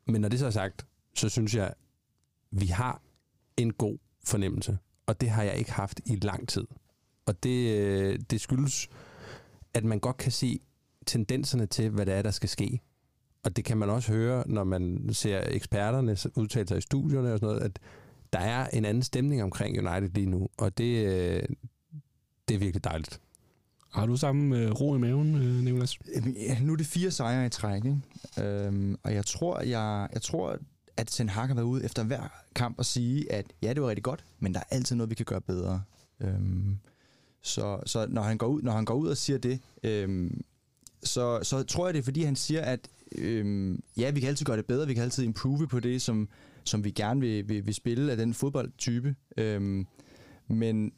Men når det så er sagt, så synes jeg, vi har en god fornemmelse, og det har jeg ikke haft i lang tid. Og det, det skyldes, at man godt kan se tendenserne til, hvad det er, der skal ske. Og det kan man også høre, når man ser eksperterne udtale sig i studierne og sådan noget, at der er en anden stemning omkring United lige nu, og det, det er virkelig dejligt. Har du samme øh, ro i maven, øh, Nicolas? Ja, nu er det fire sejre i træk, ikke? Øhm, og jeg tror, jeg, jeg tror, at Ten Hag har været ude efter hver kamp og sige, at ja, det var rigtig godt, men der er altid noget, vi kan gøre bedre. Øhm, så så når, han går ud, når han går ud og siger det, øhm, så, så tror jeg, det er, fordi han siger, at øhm, ja, vi kan altid gøre det bedre, vi kan altid improve på det, som, som vi gerne vil, vil, vil spille af den fodboldtype. Øhm, men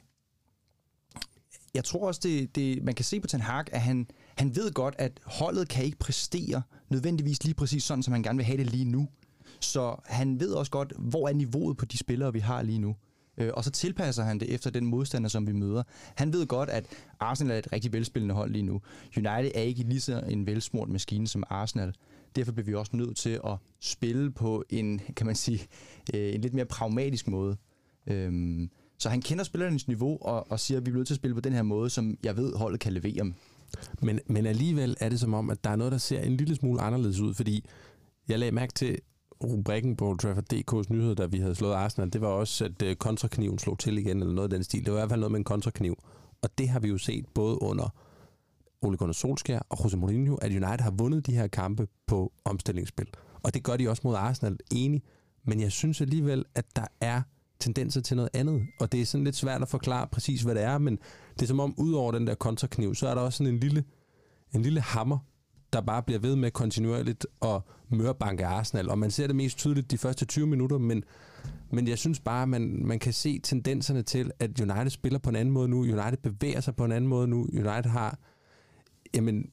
jeg tror også, det, det, man kan se på Ten Hag, at han, han ved godt, at holdet kan ikke præstere nødvendigvis lige præcis sådan, som han gerne vil have det lige nu. Så han ved også godt, hvor er niveauet på de spillere, vi har lige nu. Øh, og så tilpasser han det efter den modstander, som vi møder. Han ved godt, at Arsenal er et rigtig velspillende hold lige nu. United er ikke lige så en velsmurt maskine som Arsenal. Derfor bliver vi også nødt til at spille på en, kan man sige, øh, en lidt mere pragmatisk måde. Øh, Så han kender spillernes niveau og, og siger, at vi er nødt til at spille på den her måde, som jeg ved, holdet kan levere. Men, men alligevel er det som om, at der er noget, der ser en lille smule anderledes ud, fordi jeg lagde mærke til rubrikken på Trafford punktum d k's nyheder, da vi havde slået Arsenal. Det var også, at uh, kontrakniven slog til igen, eller noget af den stil. Det var i hvert fald noget med en kontrakniv. Og det har vi jo set både under Ole Gunnar Solskjær og Jose Mourinho, at United har vundet de her kampe på omstillingsspil. Og det gør de også mod Arsenal, enig. Men jeg synes alligevel, at der er tendenser til noget andet, og det er sådan lidt svært at forklare præcis, hvad det er, men det er som om, ud over den der kontrakniv, så er der også sådan en lille, en lille hammer, der bare bliver ved med kontinuerligt at mørbanke Arsenal, og man ser det mest tydeligt de første tyve minutter, men, men jeg synes bare, man, man kan se tendenserne til, at United spiller på en anden måde nu, United bevæger sig på en anden måde nu, United har, jamen,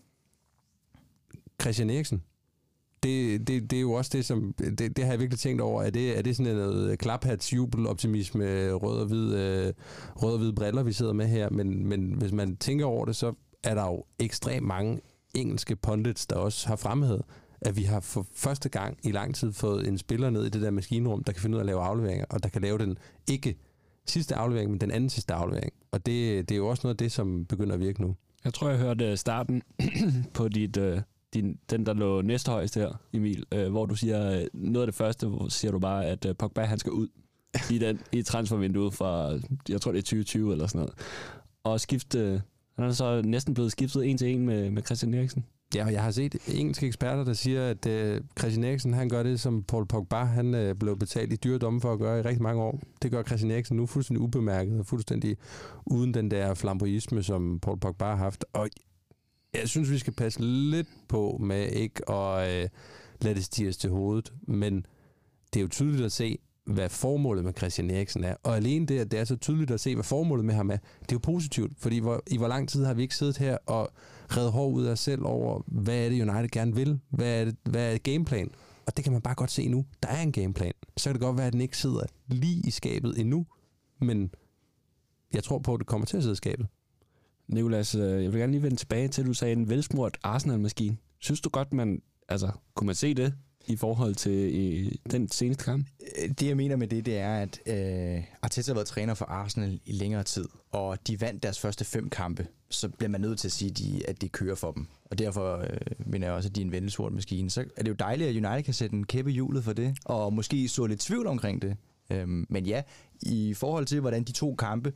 Christian Eriksen, Det, det, det er jo også det, som det, det har jeg virkelig tænkt over. Er det, er det sådan noget klaphats jubeloptimisme, rød og hvid, øh, rød og hvide briller, vi sidder med her? Men, men hvis man tænker over det, så er der jo ekstremt mange engelske pundits, der også har fremhævet, at vi har for første gang i lang tid fået en spiller ned i det der maskinrum, der kan finde ud af at lave afleveringer, og der kan lave den ikke sidste aflevering, men den anden sidste aflevering. Og det, det er jo også noget af det, som begynder at virke nu. Jeg tror, jeg hørte starten på dit... Øh Din, den, der lå næstehøjst her, Emil, øh, hvor du siger, øh, noget af det første, hvor siger du bare, at øh, Pogba, han skal ud i, den, i transfervinduet fra, jeg tror det er tyve tyve eller sådan noget. Og skifte, øh, han er så næsten blevet skiftet en til en med, med Christian Eriksen. Ja, og jeg har set engelske eksperter, der siger, at øh, Christian Eriksen, han gør det, som Paul Pogba, han øh, blev betalt i dyre domme for at gøre i rigtig mange år. Det gør Christian Eriksen nu fuldstændig ubemærket og fuldstændig uden den der flamboyisme, som Paul Pogba har haft. Og jeg synes, vi skal passe lidt på med ikke at øh, lade det stige til hovedet, men det er jo tydeligt at se, hvad formålet med Christian Eriksen er. Og alene det, at det er så tydeligt at se, hvad formålet med ham er, det er jo positivt, fordi hvor, i hvor lang tid har vi ikke siddet her og reddet hår ud af os selv over, hvad er det United gerne vil? Hvad er, det, hvad er gameplan? Og det kan man bare godt se nu. Der er en gameplan. Så kan det godt være, at den ikke sidder lige i skabet endnu, men jeg tror på, at det kommer til at sidde i skabet. Nicolas, jeg vil gerne lige vende tilbage til, at du sagde en velsmurt Arsenal-maskine. Synes du godt, man, altså, kunne man se det i forhold til i den seneste kamp? Det, jeg mener med det, det er, at øh, Arteta har været træner for Arsenal i længere tid, og de vandt deres første fem kampe, så bliver man nødt til at sige, at de, at de kører for dem. Og derfor øh, mener jeg også, at de er en velsmurt maskine. Så er det jo dejligt, at United kan sætte en kæppe i hjulet for det, og måske så lidt tvivl omkring det. Øhm, men ja, i forhold til, hvordan de to kampe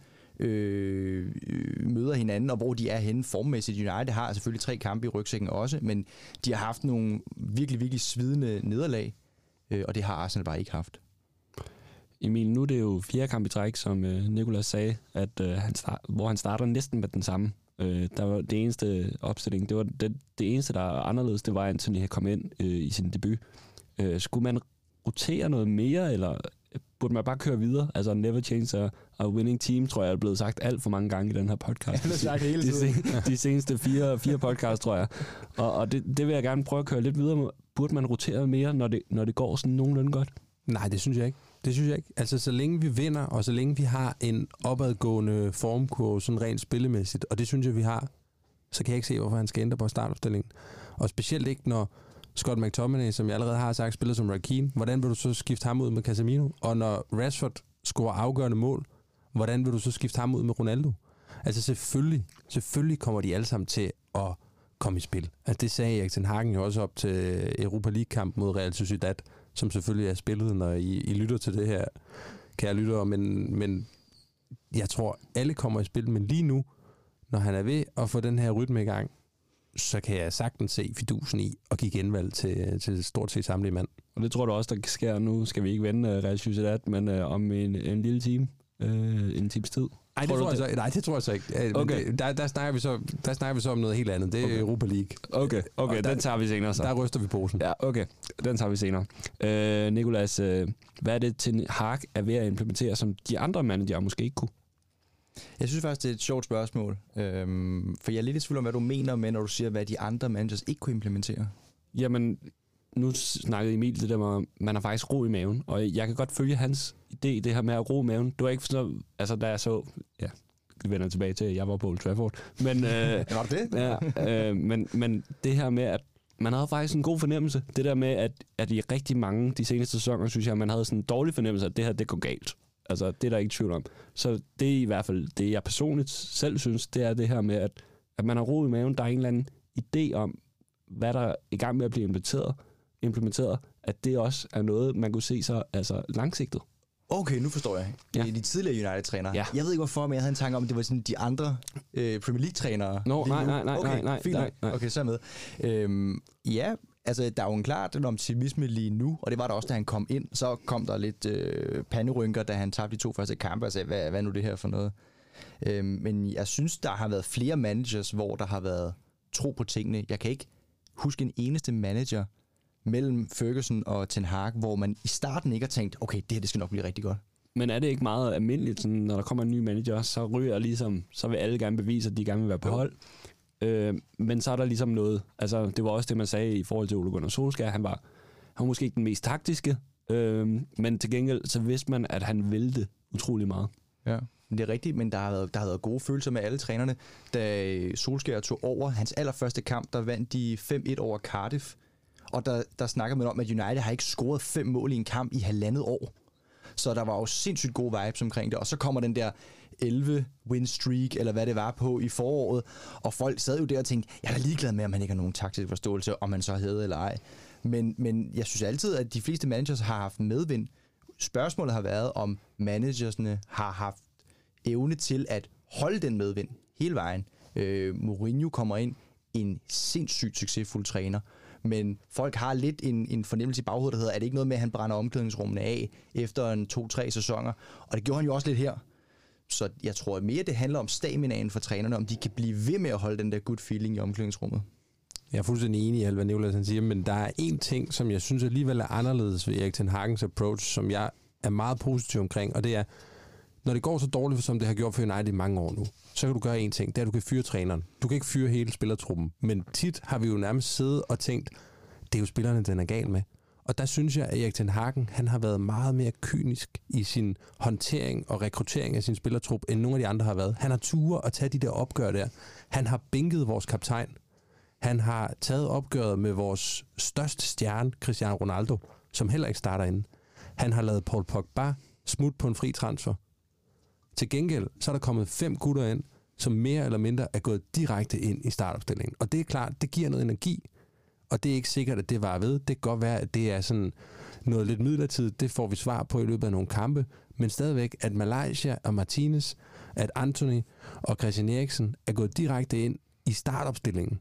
Øh, møder hinanden, og hvor de er henne formmæssigt. United har selvfølgelig tre kampe i rygsækken også, men de har haft nogle virkelig, virkelig svidende nederlag, øh, og det har Arsenal bare ikke haft. Emil, nu er det jo fjerde kamp i træk, som øh, Nicolas sagde, at, øh, han start, hvor han starter næsten med den samme. Øh, der var det eneste opstilling, det var det, det eneste, der er anderledes, det var, at Anthony kom ind øh, i sin debut. Øh, skulle man rotere noget mere, eller burde man bare køre videre? Altså, never change a, a winning team, tror jeg, er blevet sagt alt for mange gange i den her podcast. Det er sagt hele tiden. De, de seneste fire, fire podcasts, tror jeg. Og, og det, det vil jeg gerne prøve at køre lidt videre med. Burde man rotere mere, når det, når det går sådan nogenlunde godt? Nej, det synes jeg ikke. Det synes jeg ikke. Altså, så længe vi vinder, og så længe vi har en opadgående formkurve, sådan rent spillemæssigt, og det synes jeg, vi har, så kan jeg ikke se, hvorfor han skal ændre på startopstillingen. Og specielt ikke, når, Scott McTominay, som jeg allerede har sagt, spiller som Raheem. Hvordan vil du så skifte ham ud med Casemiro? Og når Rashford scorer afgørende mål, hvordan vil du så skifte ham ud med Ronaldo? Altså selvfølgelig, selvfølgelig kommer de alle sammen til at komme i spil. Altså det sagde Erik ten Hag jo også op til Europa League-kamp mod Real Sociedad, som selvfølgelig er spillet, når I, I lytter til det her, kære lyttere. Men, men jeg tror, alle kommer i spil. Men lige nu, når han er ved at få den her rytme i gang, så kan jeg sagtens se fidusen i at give genvalg til, til stort set samtlige mand. Og det tror du også, der sker nu. Skal vi ikke vende uh, Real Sociedad, men uh, om en, en lille time, uh, en times tid. Ej, det tror jeg så, nej, det tror jeg så ikke. Okay. Det, der, der, snakker vi så, der snakker vi så om noget helt andet. Det er okay. Europa League. Okay, okay, der, den tager vi senere så. Der ryster vi posen. Ja, okay, den tager vi senere. Uh, Nicolas, uh, hvad er det til Hag er ved at implementere, som de andre manager måske ikke kunne? Jeg synes faktisk, det er et sjovt spørgsmål. Øhm, for jeg er lidt i tvivl om, hvad du mener med, når du siger, hvad de andre managers ikke kunne implementere. Jamen, nu snakkede Emil det der med, at man har faktisk ro i maven. Og jeg kan godt følge hans idé, det her med at ro i maven. Det var ikke så, altså da jeg så, ja, det vender tilbage til, at jeg var på Old Trafford. Men, øh, var det det? ja, øh, men, men det her med, at man havde faktisk en god fornemmelse. Det der med, at, at i rigtig mange de seneste sæsoner, synes jeg, man havde sådan en dårlig fornemmelse, at det her, det går galt. Altså, det er der ikke tvivl om. Så det er i hvert fald det, jeg personligt selv synes, det er det her med, at, at man har ro i maven. Der er en eller anden idé om, hvad der er i gang med at blive implementeret, implementeret at det også er noget, man kunne se sig altså, langsigtet. Okay, nu forstår jeg. Ja. De tidligere United-trænere. Ja. Jeg ved ikke hvorfor, men jeg havde en tanke om, at det var sådan de andre øh, Premier League-trænere. Nå, nej, nej, nej, okay, nej, nej, fint. nej, nej. Okay, så er jeg med. Øhm, ja, altså der er jo en klar den optimisme lige nu, og det var der også, da han kom ind. Så kom der lidt øh, panderynker, da han tabte de to første kampe, og sagde, hvad, hvad er nu det her for noget? Øhm, men jeg synes, der har været flere managers, hvor der har været tro på tingene. Jeg kan ikke huske en eneste manager mellem Ferguson og Ten Hag, hvor man i starten ikke har tænkt, okay, det her det skal nok blive rigtig godt. Men er det ikke meget almindeligt, sådan, når der kommer en ny manager, så ryger ligesom, så vil alle gerne bevise, at de gerne vil være på jo. hold. Øh, men så er der ligesom noget, altså det var også det, man sagde i forhold til Ole Gunnar Solskjaer, han var, han var måske ikke den mest taktiske, øh, men til gengæld, så vidste man, at han ville det utrolig meget. Ja, det er rigtigt, men der har, været, der har været gode følelser med alle trænerne. Da Solskjaer tog over hans allerførste kamp, der vandt de fem et over Cardiff, og der, der snakker man om, at United har ikke scoret fem mål i en kamp i halvandet år. Så der var jo sindssygt gode vibes omkring det, og så kommer den der elleve win streak, eller hvad det var på i foråret, og folk sad jo der og tænkte, jeg er da ligeglad med, om man ikke har nogen taktisk forståelse, om man så havde eller ej. Men, men jeg synes altid, at de fleste managers har haft medvind. Spørgsmålet har været, om managersne har haft evne til at holde den medvind hele vejen. Øh, Mourinho kommer ind, en sindssygt succesfuld træner, men folk har lidt en, en fornemmelse i baghovedet, der hedder, er det ikke noget med, at han brænder omklædningsrummene af efter en to-tre sæsoner? Og det gjorde han jo også lidt her. Så jeg tror mere, det handler om staminaen for trænerne, om de kan blive ved med at holde den der good feeling i omklædningsrummet. Jeg er fuldstændig enig i alt, hvad Nicolas han siger, men der er en ting, som jeg synes alligevel er anderledes ved Erik ten Hagens approach, som jeg er meget positiv omkring, og det er, når det går så dårligt, som det har gjort for United i mange år nu, så kan du gøre en ting, det er, at du kan fyre træneren. Du kan ikke fyre hele spillertruppen, men tit har vi jo nærmest siddet og tænkt, det er jo spillerne, den er gal med. Og der synes jeg, at Erik ten Hag, han har været meget mere kynisk i sin håndtering og rekruttering af sin spillertrup, end nogle af de andre har været. Han har ture at tage de der opgør der. Han har bænket vores kaptajn. Han har taget opgøret med vores største stjerne, Cristiano Ronaldo, som heller ikke starter inde. Han har lavet Paul Pogba smut på en fri transfer. Til gengæld, så er der kommet fem gutter ind, som mere eller mindre er gået direkte ind i startopstillingen. Og det er klart, det giver noget energi. Og det er ikke sikkert, at det var ved. Det kan godt være, at det er sådan noget lidt midlertidigt. Det får vi svar på i løbet af nogle kampe. Men stadigvæk, at Malaysia og Martinez, at Anthony og Christian Eriksen er gået direkte ind i startopstillingen.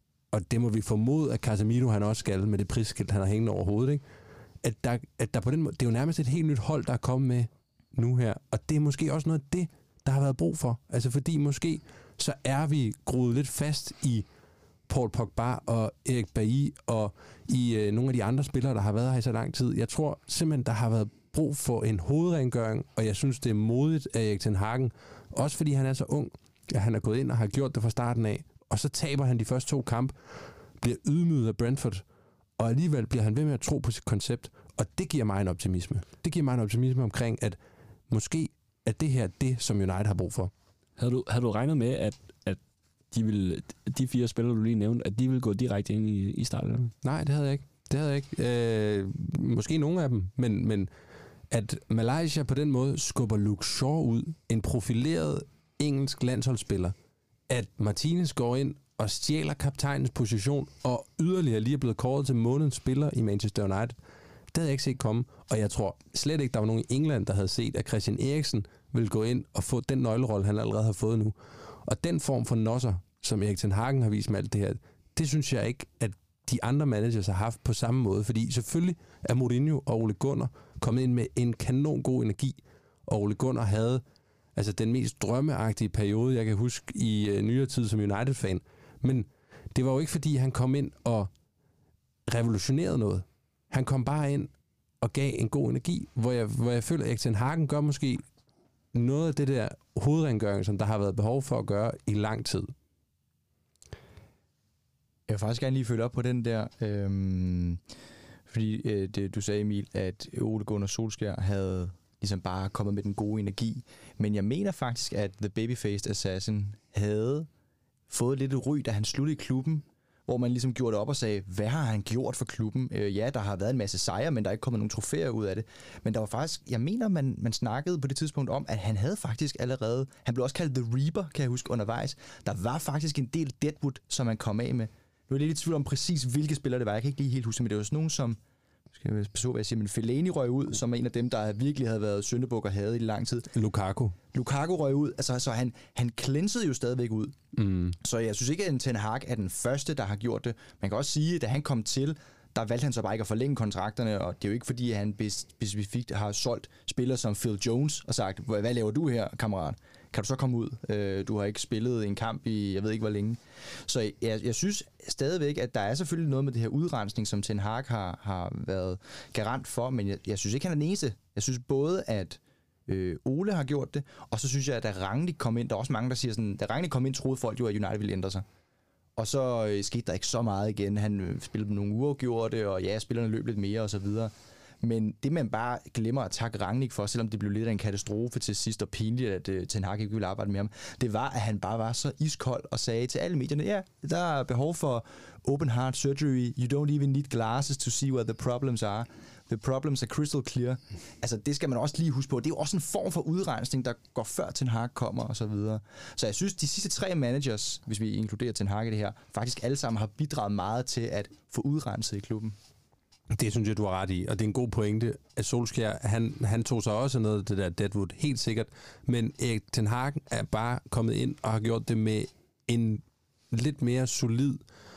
Og det må vi formode, at Casemiro han også skal med det prisskilt, han har hængende over hovedet. Ikke? At, der, at der på den måde, det er jo nærmest et helt nyt hold, der er kommet med nu her. Og det er måske også noget af det, der har været brug for. Altså fordi måske så er vi groet lidt fast i Paul Pogba og Erik Bailly og i øh, nogle af de andre spillere, der har været her i så lang tid. Jeg tror simpelthen, der har været brug for en hovedrengøring, og jeg synes, det er modigt af Erik ten Hag, også fordi han er så ung, at han er gået ind og har gjort det fra starten af, og så taber han de første to kampe, bliver ydmyget af Brentford, og alligevel bliver han ved med at tro på sit koncept, og det giver mig en optimisme. Det giver mig en optimisme omkring, at måske er det her det, som United har brug for. Havde du, havde du regnet med, at, at de, vil, de fire spillere, du lige nævnte, at de vil gå direkte ind i, i starten? Nej, det havde jeg ikke. Det havde jeg ikke. Øh, måske nogle af dem, men, men at Malaysia på den måde skubber Luke Shaw ud, en profileret engelsk landsholdsspiller, at Martinez går ind og stjæler kaptajnens position, og yderligere lige er blevet kåret til månedens spiller i Manchester United. Det havde jeg ikke set komme, og jeg tror slet ikke, der var nogen i England, der havde set, at Christian Eriksen ville gå ind og få den nøglerolle, han allerede har fået nu. Og den form for nosser, som Erik ten Hagen har vist med alt det her, det synes jeg ikke, at de andre managers har haft på samme måde, fordi selvfølgelig er Mourinho og Ole Gunnar kommet ind med en kanon god energi, og Ole Gunnar havde altså den mest drømmeagtige periode, jeg kan huske i øh, nyere tid som United-fan. Men det var jo ikke, fordi han kom ind og revolutionerede noget. Han kom bare ind og gav en god energi, hvor jeg, hvor jeg føler, at Erik ten Hagen gør måske noget af det der hovedrengøring, som der har været behov for at gøre i lang tid. Jeg vil faktisk gerne lige følge op på den der, øhm, fordi øh, det, du sagde, Emil, at Ole Gunnar Solskjær havde ligesom bare kommet med den gode energi. Men jeg mener faktisk, at The Babyfaced Assassin havde fået lidt et ry, da han sluttede i klubben, hvor man ligesom gjorde det op og sagde, hvad har han gjort for klubben? Øh, ja, der har været en masse sejre, men der er ikke kommet nogen trofæer ud af det. Men der var faktisk, jeg mener, man, man snakkede på det tidspunkt om, at han havde faktisk allerede, han blev også kaldt The Reaper, kan jeg huske, undervejs. Der var faktisk en del deadwood, som han kom af med. Nu er jeg lidt i tvivl om præcis, hvilke spillere det var. Jeg kan ikke lige helt huske, men det var sådan nogen som, skal jeg så, hvad jeg siger, men Fellaini røg ud, som er en af dem, der virkelig havde været syndebuk og havde i lang tid. Lukaku. Lukaku røg ud, altså så han, han cleansede jo stadigvæk ud. Mm. Så jeg synes ikke, at Ten Hag er den første, der har gjort det. Man kan også sige, at da han kom til, der valgte han så bare ikke at forlænge kontrakterne, og det er jo ikke fordi, at han specifikt har solgt spillere som Phil Jones og sagt, hvad laver du her, kammerat? Kan du så komme ud? Du har ikke spillet en kamp i, jeg ved ikke hvor længe. Så jeg, jeg synes stadigvæk, at der er selvfølgelig noget med det her udrensning, som Ten Hag har, har været garant for, men jeg, jeg synes ikke, han er den eneste. Jeg synes både, at øh, Ole har gjort det, og så synes jeg, at da Rangnick kom ind, der er også mange, der siger sådan, da Rangnick kom ind, troede folk jo, at United ville ændre sig. Og så øh, skete der ikke så meget igen. Han øh, spillede nogle uafgjorte, og ja, spillerne løb lidt mere og så videre. Men det, man bare glemmer at takke Rangnick for, selvom det blev lidt af en katastrofe til sidst og pinligt, at uh, Ten Hag ikke ville arbejde med ham, det var, at han bare var så iskold og sagde til alle medierne, ja, der er behov for open heart surgery. You don't even need glasses to see where the problems are. The problems are crystal clear. Altså, det skal man også lige huske på. Det er jo også en form for udrensning, der går før Ten Hag kommer og så videre. Så jeg synes, de sidste tre managers, hvis vi inkluderer Ten Hag i det her, faktisk alle sammen har bidraget meget til at få udrenset i klubben. Det synes jeg, du har ret i, og det er en god pointe, at Solskjær, han, han tog sig også noget af det der deadwood, helt sikkert, men Erik ten Hag er bare kommet ind og har gjort det med en lidt mere solid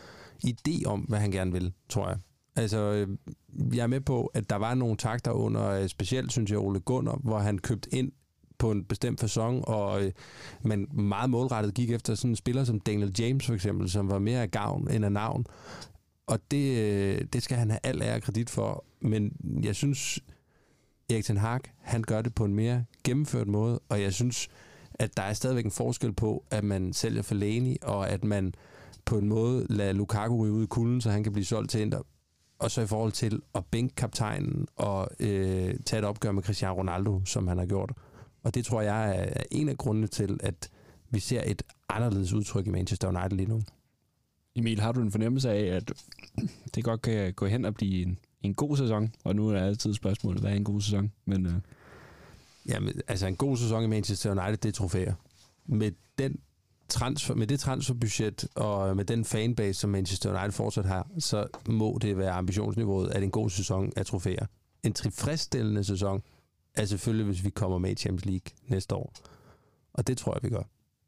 idé om, hvad han gerne vil, tror jeg. Altså, jeg er med på, at der var nogle takter under, specielt, synes jeg, Ole Gunnar, hvor han købte ind på en bestemt facon, og øh, man meget målrettet gik efter sådan en spiller som Daniel James, for eksempel, som var mere af gavn end af navn. Og det, det skal han have al ære og kredit for. Men jeg synes, Erik ten Hag, han gør det på en mere gennemført måde, og jeg synes, at der er stadigvæk en forskel på, at man sælger Fellaini, og at man på en måde lader Lukaku ryge ud i kulden, så han kan blive solgt til Inter. Og så i forhold til at bænke kaptajnen og øh, tage et opgør med Cristiano Ronaldo, som han har gjort. Og det tror jeg er en af grundene til, at vi ser et anderledes udtryk i Manchester United lige nu. Emil, har du en fornemmelse af, at det godt kan gå hen og blive en, en god sæson? Og nu er der altid spørgsmålet, hvad er en god sæson? Men, øh... Jamen, altså en god sæson i Manchester United, det er trofæer. Med, den transfer, med det transferbudget og med den fanbase, som Manchester United fortsat har, så må det være ambitionsniveauet, at en god sæson er trofæer. En tilfredsstillende sæson er selvfølgelig, hvis vi kommer med i Champions League næste år. Og det tror jeg, vi gør.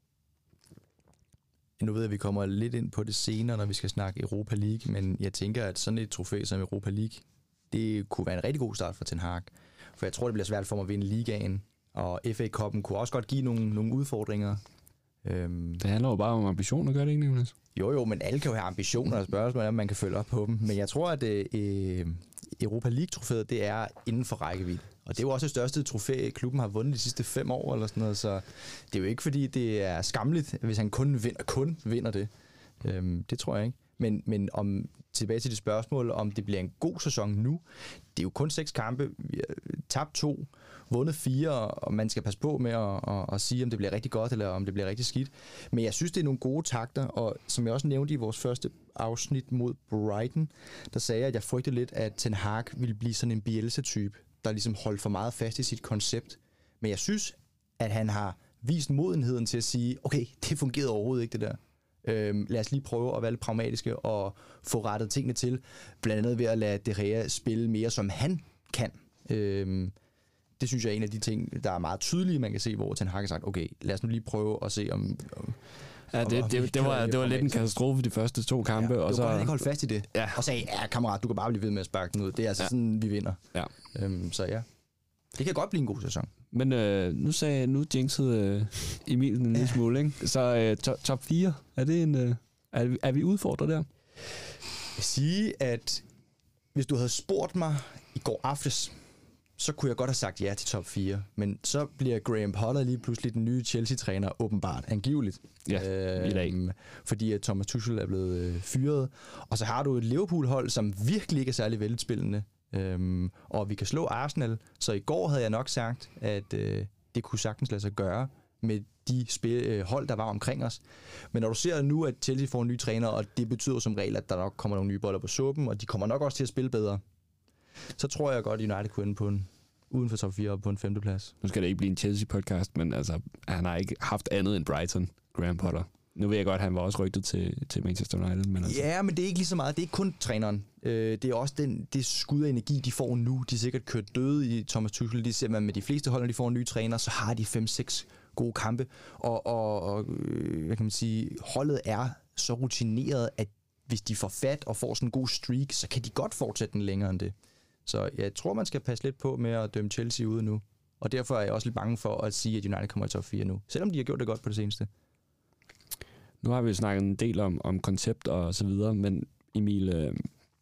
Nu ved jeg, at vi kommer lidt ind på det senere, når vi skal snakke Europa League, men jeg tænker, at sådan et trofæ som Europa League, det kunne være en rigtig god start for Ten Hag. For jeg tror, det bliver svært for mig at vinde ligaen, og F A-cupen kunne også godt give nogle, nogle udfordringer. Øhm. Det handler jo bare om ambitioner, gør det ikke, Nicolas? Jo, jo, men alle kan jo have ambitioner og spørgsmål, om man kan følge op på dem. Men jeg tror, at øh, Europa League-trofæet, det er inden for rækkevidde. Og det er jo også det største trofæ, klubben har vundet de sidste fem år, eller sådan noget, så det er jo ikke, fordi det er skamligt, hvis han kun vinder, kun vinder det. Øhm, det tror jeg ikke. Men, men om, tilbage til det spørgsmål, om det bliver en god sæson nu, det er jo kun seks kampe, vi har tabt to, vundet fire, og man skal passe på med at, at, at sige, om det bliver rigtig godt, eller om det bliver rigtig skidt. Men jeg synes, det er nogle gode takter, og som jeg også nævnte i vores første afsnit mod Brighton, der sagde jeg, at jeg frygtede lidt, at Ten Hag ville blive sådan en Bielsa-type, der ligesom holdt for meget fast i sit koncept. Men jeg synes, at han har vist modenheden til at sige, okay, det fungerede overhovedet ikke, det der. Øhm, lad os lige prøve at være lidt pragmatiske og få rettet tingene til. Blandt andet ved at lade De Gea spille mere, som han kan. Øhm, det synes jeg er en af de ting, der er meget tydelige, man kan se, hvor Ten Hag har sagt, okay, lad os nu lige prøve at se, om... om ja, det, det, det, det, var, det var lidt en katastrofe de første to kampe. Ja, og så han ikke holdt fast i det. Ja. Og sagde, ja, kammerat, du kan bare blive ved med at sparke den ud. Det er altså ja. sådan, vi vinder. Ja. Øhm, så ja, det kan godt blive en god sæson. Men øh, nu sagde nu jinxede øh, Emil en lille smule, ikke? Så øh, to, top fire, er det en... Øh, er, vi, er vi udfordret der? Jeg vil sige, at hvis du havde spurgt mig i går aftes, så kunne jeg godt have sagt ja til top fire. Men så bliver Graham Potter lige pludselig den nye Chelsea-træner, åbenbart, angiveligt. Ja, i dag. Øhm, fordi at Thomas Tuchel er blevet øh, fyret. Og så har du et Liverpool-hold, som virkelig ikke er særlig velspillende. Øhm, og vi kan slå Arsenal. Så i går havde jeg nok sagt, at øh, det kunne sagtens lade sig gøre med de spil, øh, hold, der var omkring os. Men når du ser nu, at Chelsea får en ny træner, og det betyder som regel, at der nok kommer nogle nye boller på suppen, og de kommer nok også til at spille bedre, så tror jeg godt, at United kunne ende på en, uden for top fire og på en femteplads. Nu skal det ikke blive en Chelsea-podcast, men altså, han har ikke haft andet end Brighton, Graham Potter. Nu ved jeg godt, at han var også rygtet til, til Manchester United. Men altså. Ja, men det er ikke lige så meget. Det er ikke kun træneren. Øh, det er også den, det skud af energi, de får nu. De er sikkert kørt døde i Thomas Tuchel. De ser man med de fleste hold, når de får en ny træner, så har de fem seks gode kampe. Og, og, og hvad kan man sige, holdet er så rutineret, at hvis de får fat og får sådan en god streak, så kan de godt fortsætte den længere end det. Så jeg tror, man skal passe lidt på med at dømme Chelsea ude nu. Og derfor er jeg også lidt bange for at sige, at United kommer i top fire nu. Selvom de har gjort det godt på det seneste. Nu har vi jo snakket en del om, om koncept og så videre, men Emil, øh,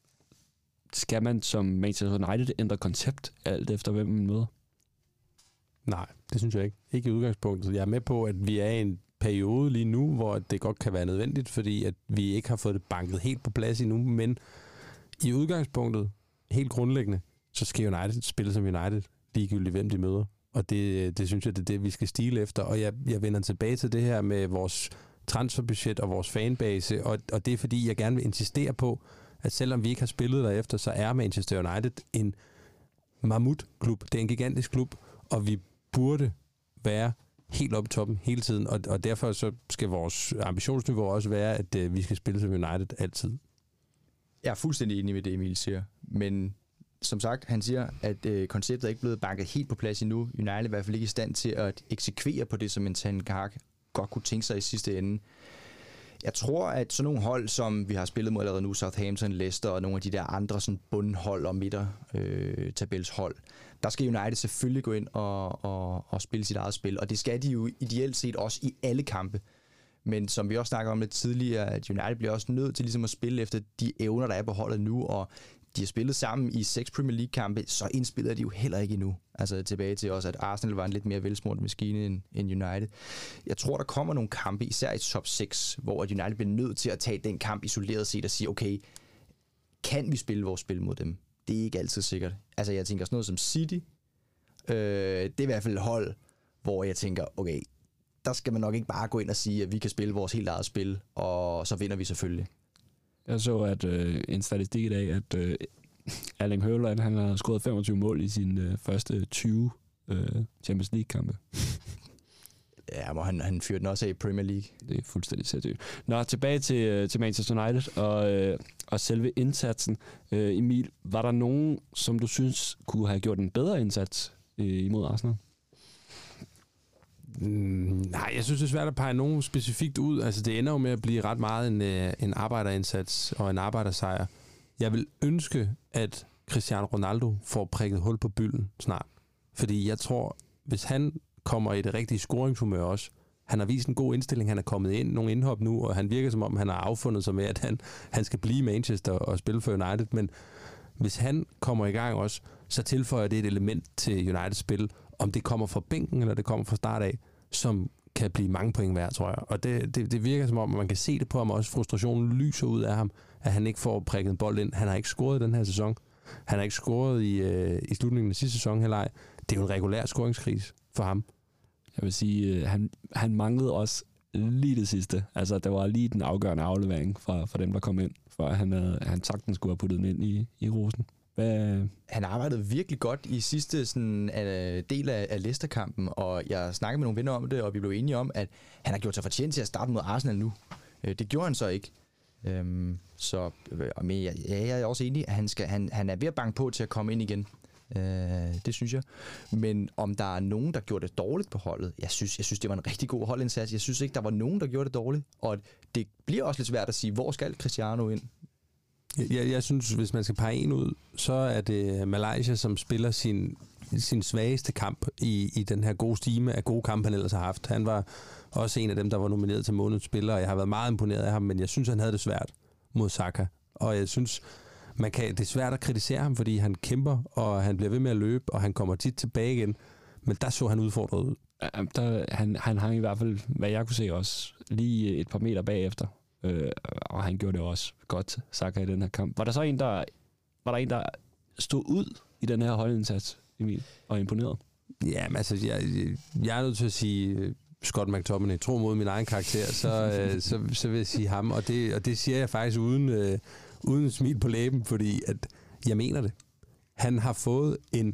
skal man som Manchester United ændre koncept alt efter, hvem man møder? Nej, det synes jeg ikke. Ikke i udgangspunktet. Jeg er med på, at vi er i en periode lige nu, hvor det godt kan være nødvendigt, fordi at vi ikke har fået det banket helt på plads endnu, men i udgangspunktet, helt grundlæggende, så skal United spille som United, ligegyldigt hvem de møder. Og det, det synes jeg, det er det, vi skal stile efter. Og jeg, jeg vender tilbage til det her med vores transferbudget og vores fanbase, og, og det er fordi, jeg gerne vil insistere på, at selvom vi ikke har spillet derefter, så er Manchester United en mammutklub. Det er en gigantisk klub, og vi burde være helt oppe i toppen hele tiden, og, og derfor så skal vores ambitionsniveau også være, at uh, vi skal spille som United altid. Jeg er fuldstændig enig med det, Emil siger, men som sagt, han siger, at øh, konceptet er ikke blevet banket helt på plads endnu. United er i hvert fald ikke i stand til at eksekvere på det, som en Ten Hag godt kunne tænke sig i sidste ende. Jeg tror, at sådan nogle hold, som vi har spillet mod allerede nu, Southampton, Leicester og nogle af de der andre sådan bundhold og midtertabelshold, øh, der skal United selvfølgelig gå ind og, og, og spille sit eget spil, og det skal de jo ideelt set også i alle kampe. Men som vi også snakker om lidt tidligere, at United bliver også nødt til ligesom at spille efter de evner, der er på holdet nu, og de har spillet sammen i seks Premier League-kampe, så indspiller de jo heller ikke endnu. Altså tilbage til også, at Arsenal var en lidt mere velsmurt maskine end, end United. Jeg tror, der kommer nogle kampe, især i top seks, hvor United bliver nødt til at tage den kamp isoleret set og sige, okay, kan vi spille vores spil mod dem? Det er ikke altid sikkert. Altså jeg tænker sådan noget som City, øh, det er i hvert fald et hold, hvor jeg tænker, okay, der skal man nok ikke bare gå ind og sige, at vi kan spille vores helt eget spil, og så vinder vi selvfølgelig. Jeg så at øh, en statistik i dag, at øh, Erling Haaland, han har scoret femogtyve mål i sine øh, første tyve øh, Champions League-kampe. Ja, må han, han fyrer den også af i Premier League. Det er fuldstændig sindssygt. Nå, tilbage til, til Manchester United og, øh, og selve indsatsen. Øh, Emil, var der nogen, som du synes kunne have gjort en bedre indsats øh, imod Arsenal? Mm, nej, jeg synes, det er svært at pege nogen specifikt ud. Altså, det ender jo med at blive ret meget en, øh, en arbejderindsats og en arbejdersejr. Jeg vil ønske, at Cristiano Ronaldo får prikket hul på bylden snart. Fordi jeg tror, hvis han kommer i det rigtige scoringshumør også, han har vist en god indstilling, han er kommet ind, nogle indhop nu, og han virker som om, han har affundet sig med, at han, han skal blive i Manchester og spille for United. Men hvis han kommer i gang også, så tilføjer det et element til Uniteds spil, om det kommer fra bænken, eller det kommer fra start af, som kan blive mange point værd, tror jeg. Og det, det, det virker som om, man kan se det på ham, også frustrationen lyser ud af ham, at han ikke får prikket en bold ind. Han har ikke scoret i den her sæson. Han har ikke scoret i, øh, i slutningen af sidste sæson heller ej. Det er jo en regulær scoringskrise for ham. Jeg vil sige, han, han manglede også lige det sidste. Altså, der var lige den afgørende aflevering fra, fra dem, der kom ind, for han, havde, han sagtens skulle have puttet den ind i, i rosen. Hvad? Han arbejdede virkelig godt i sidste sådan, uh, del af, af Leicester-kampen, og jeg snakkede med nogle venner om det, og vi blev enige om, at han har gjort sig fortjent til at starte mod Arsenal nu. Uh, det gjorde han så ikke. Um, så men ja, jeg er også enig, at han, skal, han, han er ved at banke på til at komme ind igen. Uh, det synes jeg. Men om der er nogen, der gjorde det dårligt på holdet, jeg synes, jeg synes det var en rigtig god holdindsats. Jeg synes ikke, der var nogen, der gjorde det dårligt. Og det bliver også lidt svært at sige, hvor skal Cristiano ind? Jeg, jeg synes, hvis man skal pege en ud, så er det Malaysia, som spiller sin, sin svageste kamp i, i den her gode stime af gode kampe, han ellers har haft. Han var også en af dem, der var nomineret til månedens spiller, og jeg har været meget imponeret af ham, men jeg synes, han havde det svært mod Saka. Og jeg synes, man kan, det er svært at kritisere ham, fordi han kæmper, og han bliver ved med at løbe, og han kommer tit tilbage igen. Men der så han udfordret ud. Der, han, han hang i hvert fald, hvad jeg kunne se også, lige et par meter bagefter. Øh, og han gjorde det også godt, Saka, i den her kamp. Var der så en, der, var der, en, der stod ud i den her holdindsats, Emil, og imponeret? Ja, men altså, jeg, jeg er nødt til at sige Scott McTominay. Tro mod min egen karakter, så, øh, så, så vil jeg sige ham. Og det, og det siger jeg faktisk uden, øh, uden smil på læben, fordi at jeg mener det. Han har fået en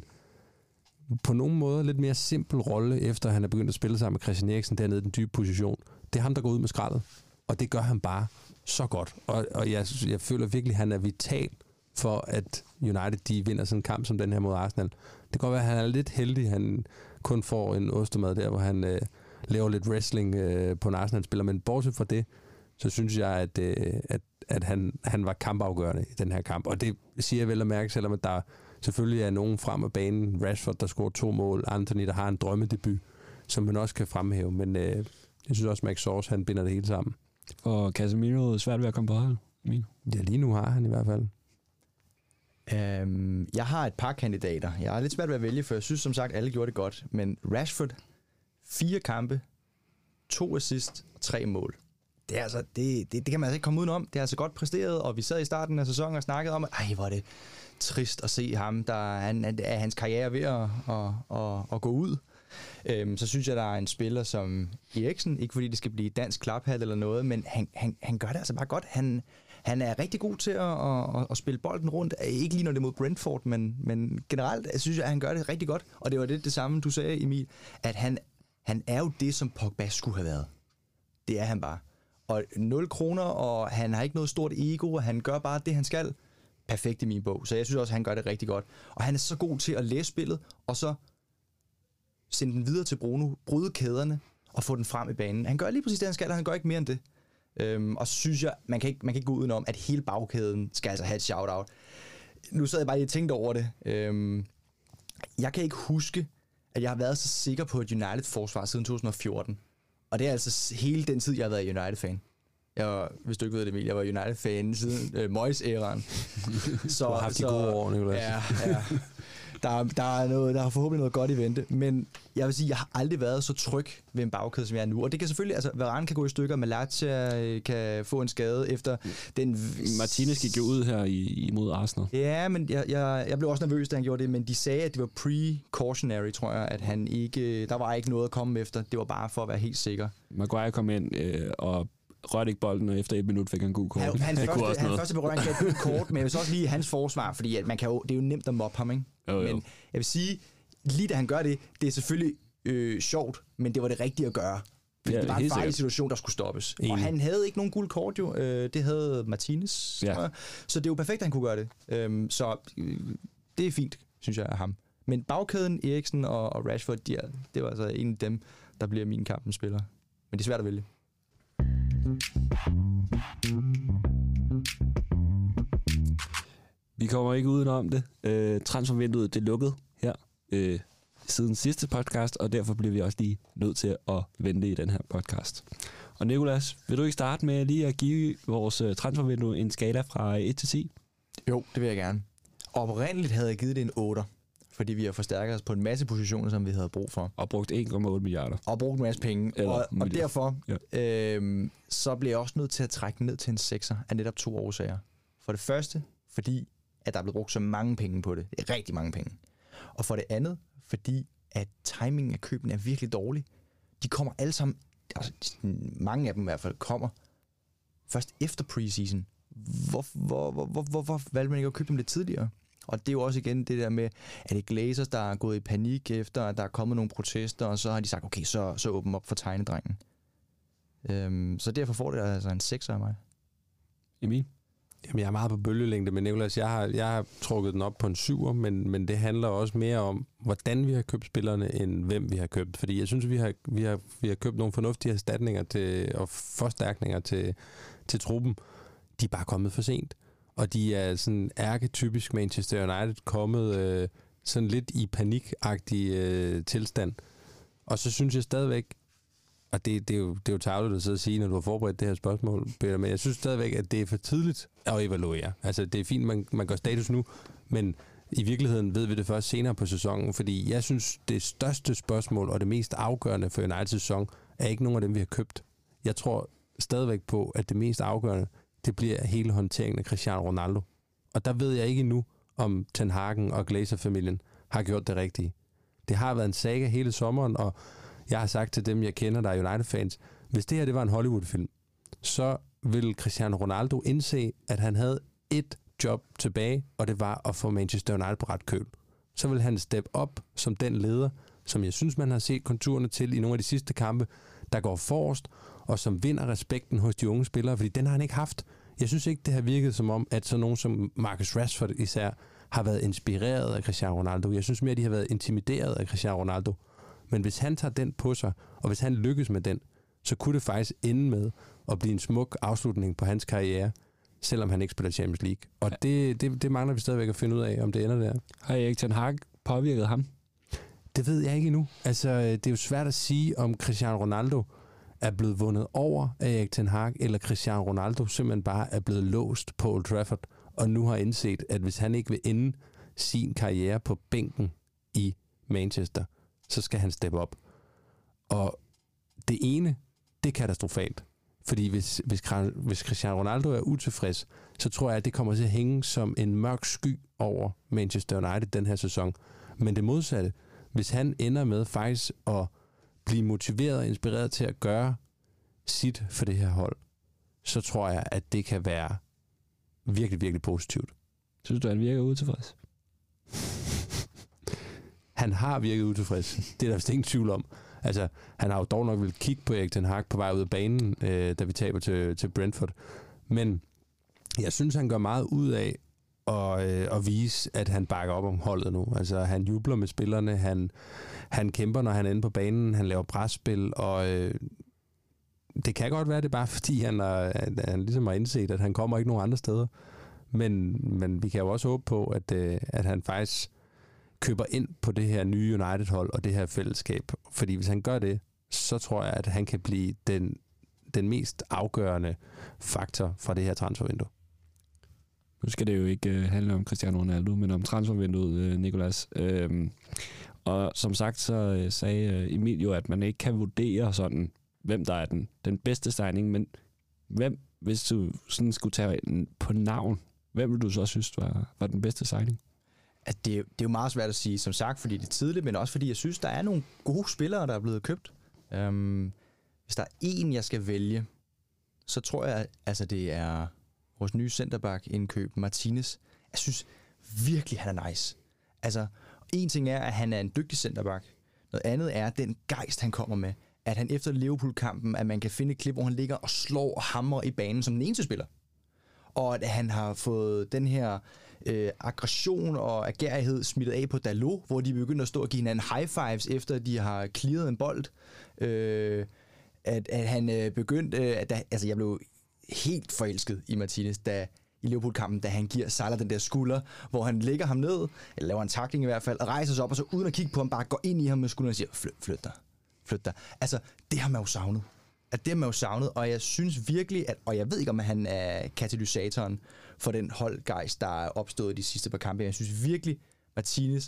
på nogle måder lidt mere simpel rolle, efter han er begyndt at spille sammen med Christian Eriksen dernede i den dybe position. Det er ham, der går ud med skraldet. Og det gør han bare så godt. Og, og jeg, jeg føler virkelig, at han er vital for, at United de vinder sådan en kamp som den her mod Arsenal. Det kan godt være, at han er lidt heldig. Han kun får en ostemad der, hvor han øh, laver lidt wrestling øh, på en Arsenal-spiller. Men bortset fra det, så synes jeg, at, øh, at, at han, han var kampafgørende i den her kamp. Og det siger jeg vel at mærke, selvom at der selvfølgelig er nogen frem af banen. Rashford, der scorer to mål. Anthony, der har en drømmedebut, som man også kan fremhæve. Men øh, jeg synes også, at Max Source, han binder det hele sammen. Og Casemiro er svært ved at komme på hold, Emil? Ja, lige nu har han i hvert fald. Um, jeg har et par kandidater. Jeg er lidt svært ved at vælge, for jeg synes som sagt, alle gjorde det godt. Men Rashford, fire kampe, to assist og tre mål. Det, er altså, det, det, det kan man altså ikke komme udenom. Det er altså godt præsteret, og vi sad i starten af sæsonen og snakkede om, at ej, hvor er det trist at se ham, der han, er hans karriere ved at, at, at, at gå ud. Øhm, så synes jeg, der er en spiller som Eriksen, ikke fordi det skal blive dansk klaphat eller noget, men han, han, han gør det altså bare godt. Han, han er rigtig god til at, at, at spille bolden rundt. Ikke lige når det er mod Brentford, men, men generelt jeg synes jeg, at han gør det rigtig godt. Og det var det, det samme, du sagde, Emil, at han, han er jo det, som Pogba skulle have været. Det er han bare. Og nul kroner, og han har ikke noget stort ego, og han gør bare det, han skal. Perfekt i min bog. Så jeg synes også, at han gør det rigtig godt. Og han er så god til at læse spillet, og så sende den videre til Bruno, bryde kæderne og få den frem i banen. Han gør lige præcis det, han skal, og han gør ikke mere end det. Øhm, og så synes jeg, man kan, ikke, man kan ikke gå udenom, at hele bagkæden skal altså have et shout-out. Nu sad jeg bare lige og tænkte over det. Øhm, jeg kan ikke huske, at jeg har været så sikker på et United-forsvar siden to tusind og fjorten. Og det er altså hele den tid, jeg har været United-fan. Jeg var, hvis du ikke ved det, Emil, jeg var United-fan siden øh, Moyes-æraen. Så, du har haft de gode år, Nicolas. Ja, ja. Der, der, er noget, der er forhåbentlig noget godt i vente, men jeg vil sige, jeg har aldrig været så tryg ved en bagkæde, som jeg er nu. Og det kan selvfølgelig, altså Varane kan gå i stykker, Malacia kan få en skade efter den... Martinez gik jo ud her i, imod Arsenal. Ja, men jeg, jeg, jeg blev også nervøs, da han gjorde det, men de sagde, at det var precautionary, tror jeg, at han ikke... Der var ikke noget at komme efter, det var bare for at være helt sikker. Maguire kom ind øh, og rørte ikke bolden, og efter et minut fik han god kort. Han, han, første, han første berøring gav et godt kort, men jeg vil så også lige hans forsvar, fordi at man kan jo, det er jo nemt at mobbe ham, ikke? Jo, jo. Men jeg vil sige, lige da han gør det, det er selvfølgelig øh, sjovt, men det var det rigtige at gøre. Fordi ja, det var en farlig situation, der skulle stoppes. Enig. Og han havde ikke nogen guld kort jo. Øh, det havde Martinez. Ja. Så det er jo perfekt, at han kunne gøre det. Øhm, så øh, det er fint, synes jeg, af ham. Men bagkæden, Eriksen og, og Rashford, de er, det var altså en af dem, der bliver min kampens spiller. Men det er svært at vælge. Vi kommer ikke udenom det. Øh, transfervinduet, det er lukket her øh, siden sidste podcast, og derfor bliver vi også lige nødt til at vente i den her podcast. Og Nicolas, vil du ikke starte med lige at give vores transfervindue en skala fra et til ti? Jo, det vil jeg gerne. Oprindeligt havde jeg givet det en otter, fordi vi har forstærket os på en masse positioner, som vi havde brug for. Og brugt en komma otte milliarder. Og brugt en masse penge. Eller og, og derfor, ja. øh, så bliver jeg også nødt til at trække ned til en sekser af netop to årsager. For det første, fordi at der er blevet brugt så mange penge på det. Det er rigtig mange penge. Og for det andet, fordi at timingen af køben er virkelig dårlig. De kommer alle sammen, altså mange af dem i hvert fald, kommer først efter preseason. Hvor, hvor, hvor, hvor, hvor, hvor valgte man ikke at købe dem lidt tidligere? Og det er jo også igen det der med, at det Glazers, der er gået i panik efter, at der er kommet nogle protester, og så har de sagt, okay, så, så åbn op for tegnedrengen. Øhm, så derfor får det altså en sekser af mig. Emil? Jamen, jeg er meget på bølgelængde med Nicolas. Jeg har, jeg har trukket den op på en syver, men, men det handler også mere om, hvordan vi har købt spillerne, end hvem vi har købt. Fordi jeg synes, vi har, vi har, vi har købt nogle fornuftige erstatninger til, og forstærkninger til, til truppen. De er bare kommet for sent. Og de er sådan ærketypisk Manchester United kommet øh, sådan lidt i panikagtig øh, tilstand. Og så synes jeg stadigvæk, og det, det, er jo, det er jo tarveligt at sidde og sige, når du har forberedt det her spørgsmål, Peter, men jeg synes stadigvæk, at det er for tidligt at evaluere. Altså, det er fint, man, man gør status nu, men i virkeligheden ved vi det først senere på sæsonen, fordi jeg synes, det største spørgsmål og det mest afgørende for Uniteds sæson er ikke nogen af dem, vi har købt. Jeg tror stadigvæk på, at det mest afgørende, det bliver hele håndteringen af Cristiano Ronaldo. Og der ved jeg ikke endnu, om Ten Hagen og Glazer-familien har gjort det rigtige. Det har været en saga hele sommeren, og jeg har sagt til dem, jeg kender, der er United-fans, hvis det her det var en Hollywood-film, så vil Cristiano Ronaldo indse, at han havde et job tilbage, og det var at få Manchester United på ret køl. Så vil han steppe op som den leder, som jeg synes, man har set konturerne til i nogle af de sidste kampe, der går forrest, og som vinder respekten hos de unge spillere, fordi den har han ikke haft. Jeg synes ikke, det har virket som om, at sådan nogen som Marcus Rashford især har været inspireret af Cristiano Ronaldo. Jeg synes mere, at de har været intimideret af Cristiano Ronaldo. Men hvis han tager den på sig, og hvis han lykkes med den, så kunne det faktisk ende med at blive en smuk afslutning på hans karriere, selvom han ikke spiller Champions League. Og det, det, det mangler vi stadigvæk at finde ud af, om det ender der. Har Erik Ten Hag påvirket ham? Det ved jeg ikke endnu. Altså, det er jo svært at sige, om Cristiano Ronaldo er blevet vundet over af Erik Ten Hag, eller Cristiano Ronaldo simpelthen bare er blevet låst på Old Trafford, og nu har indset, at hvis han ikke vil ende sin karriere på bænken i Manchester, så skal han steppe op. Og det ene, det er katastrofalt. Fordi hvis, hvis, hvis Cristiano Ronaldo er utilfreds, så tror jeg, at det kommer til at hænge som en mørk sky over Manchester United den her sæson. Men det modsatte, hvis han ender med faktisk at blive motiveret og inspireret til at gøre sit for det her hold, så tror jeg, at det kan være virkelig, virkelig positivt. Synes du, han virker utilfreds? Han har virket utilfreds. Det er der vist ingen tvivl om. Altså, han har jo dog nok vil kigge på Erik Ten Hag på vej ud af banen, øh, da vi taber til, til Brentford. Men jeg synes, han gør meget ud af at, øh, at vise, at han bakker op om holdet nu. Altså, han jubler med spillerne, han, han kæmper, når han er inde på banen, han laver presspil, og øh, det kan godt være, det er bare fordi, han, er, han ligesom har indset, at han kommer ikke nogen andre steder. Men, men vi kan jo også håbe på, at, øh, at han faktisk køber ind på det her nye United-hold og det her fællesskab. Fordi hvis han gør det, så tror jeg, at han kan blive den, den mest afgørende faktor fra det her transfervindue. Nu skal det jo ikke øh, handle om Cristiano Ronaldo, men om transfervinduet, øh, Nicolas. Øhm, og som sagt, så øh, sagde øh, Emil jo, at man ikke kan vurdere sådan, hvem der er den, den bedste signing, men hvem, hvis du sådan skulle tage på navn, hvem vil du så synes var, var den bedste signing? At det, det er jo meget svært at sige, som sagt, fordi det er tidligt, men også fordi jeg synes, der er nogle gode spillere, der er blevet købt. Um, hvis der er en, jeg skal vælge, så tror jeg, altså det er vores nye centerback-indkøb, Martinez. Jeg synes virkelig, han er nice. Altså, en ting er, at han er en dygtig centerback. Noget andet er den gejst, han kommer med. At han efter Liverpool-kampen, at man kan finde et klip, hvor han ligger og slår og hamrer i banen som den eneste spiller. Og at han har fået den her øh, aggression og agerighed smittet af på Dalot, hvor de begynder at stå og give hinanden high fives, efter de har clearet en bold. Øh, at, at han øh, begyndte... Øh, at da, altså, jeg blev helt forelsket i Martinez, da i Liverpool-kampen, da han giver Salah den der skulder, hvor han lægger ham ned, eller laver en tackling i hvert fald, og rejser sig op, og så uden at kigge på ham, bare går ind i ham med skulderen og siger, flyt, flyt dig, flyt dig. Altså, det har man jo savnet. At det har man jo savnet, og jeg synes virkelig, at, og jeg ved ikke, om han er katalysatoren for den holdgejst, der er opstået de sidste par kampe. Jeg synes virkelig, Martinez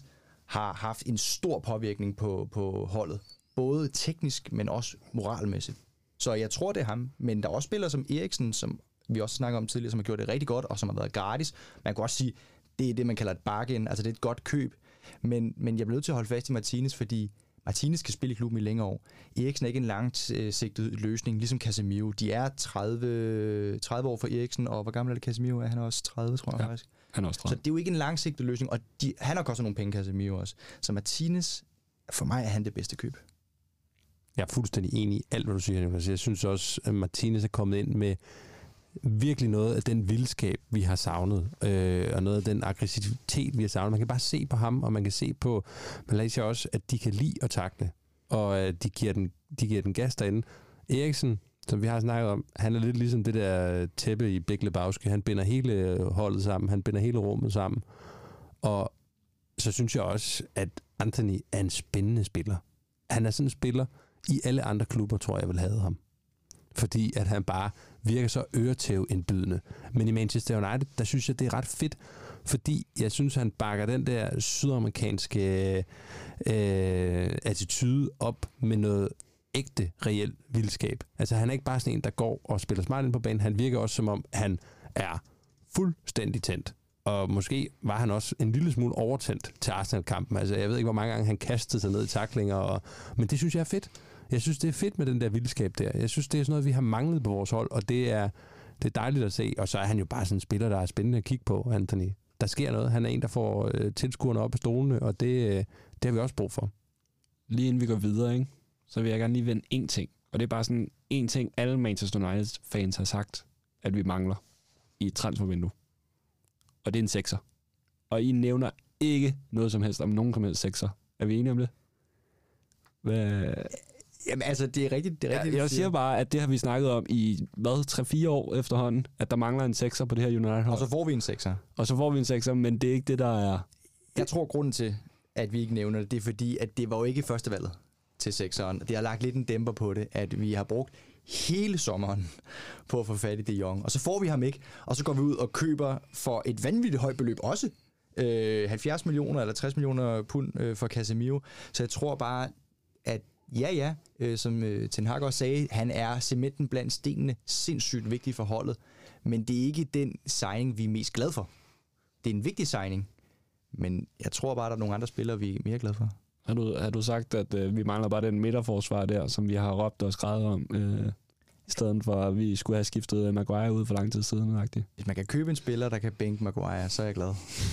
har haft en stor påvirkning på, på holdet. Både teknisk, men også moralmæssigt. Så jeg tror, det er ham. Men der er også spillere som Eriksen, som vi også snakker om tidligere, som har gjort det rigtig godt, og som har været gratis. Man kan også sige, det er det, man kalder et bargain. Altså, det er et godt køb. Men, men jeg bliver nødt til at holde fast i Martinez, fordi Martinez skal spille i klubben i længere år. Eriksen er ikke en langsigtet løsning, ligesom Casemiro. De er tredive, tredive år for Eriksen, og hvor gammel er det Casemiro? Er han også tredive, tror jeg ja, faktisk? Han er også tredive. Så det er jo ikke en langsigtet løsning, og de, han har kostet nogle penge, Casemiro også. Så Martinez, for mig er han det bedste køb. Jeg er fuldstændig enig i alt, hvad du siger, Nicolas. Jeg synes også, at Martinez er kommet ind med virkelig noget af den vildskab, vi har savnet, øh, og noget af den aggressivitet, vi har savnet. Man kan bare se på ham, og man kan se på Malaysia også, at de kan lide at takle, og øh, de, giver den, de giver den gas derinde. Eriksen, som vi har snakket om, han er lidt ligesom det der tæppe i Big Lebowski. Han binder hele holdet sammen, han binder hele rummet sammen. Og så synes jeg også, at Antony er en spændende spiller. Han er sådan en spiller, i alle andre klubber, tror jeg, vil have ham. Fordi at han bare virker så øretævindbydende. Men i Manchester United, der synes jeg, det er ret fedt, fordi jeg synes, han bakker den der sydamerikanske øh, attitude op med noget ægte, reelt vildskab. Altså, han er ikke bare sådan en, der går og spiller smart ind på banen. Han virker også, som om han er fuldstændig tændt. Og måske var han også en lille smule overtændt til Arsenal-kampen. Altså, jeg ved ikke, hvor mange gange han kastede sig ned i tacklinger. Og, men det synes jeg er fedt. Jeg synes, det er fedt med den der vildskab der. Jeg synes, det er sådan noget, vi har manglet på vores hold, og det er, det er dejligt at se. Og så er han jo bare sådan en spiller, der er spændende at kigge på, Antony. Der sker noget. Han er en, der får øh, tilskuerne op af stolene, og det, øh, det har vi også brug for. Lige inden vi går videre, ikke? Så vil jeg gerne lige vende én ting. Og det er bare sådan en ting, alle Manchester United-fans har sagt, at vi mangler i et transfervindue. Og det er en sekser. Og I nævner ikke noget som helst om nogen som helst sekser. Er vi enige om det? Hvad? Jamen altså, det er rigtigt. Det er rigtigt jeg jeg siger bare, at det har vi snakket om i, hvad, tre fire år efterhånden, at der mangler en sekser på det her United-hold. Og så får vi en sekser. Og så får vi en sekser, men det er ikke det, der er... Jeg tror, grunden til, at vi ikke nævner det, det er fordi, at det var jo ikke førstevalget til sekseren. Det har lagt lidt en dæmper på det, at vi har brugt hele sommeren på at få fat i De Jong. Og så får vi ham ikke, og så går vi ud og køber for et vanvittigt højt beløb også. Øh, halvfjerds millioner eller tres millioner pund øh, for Casemiro. Så jeg tror bare, at ja, ja, øh, som øh, Ten Hag også sagde, han er cementen blandt stenene, sindssygt vigtig for holdet. Men det er ikke den signing, vi er mest glade for. Det er en vigtig signing, men jeg tror bare, der er nogle andre spillere, vi er mere glade for. Har du, har du sagt, at øh, vi mangler bare den midterforsvar der, som vi har råbt og skrevet om, øh, i stedet for, at vi skulle have skiftet Maguire ud for lang tid siden? Faktisk. Hvis man kan købe en spiller, der kan bænke Maguire, så er jeg glad.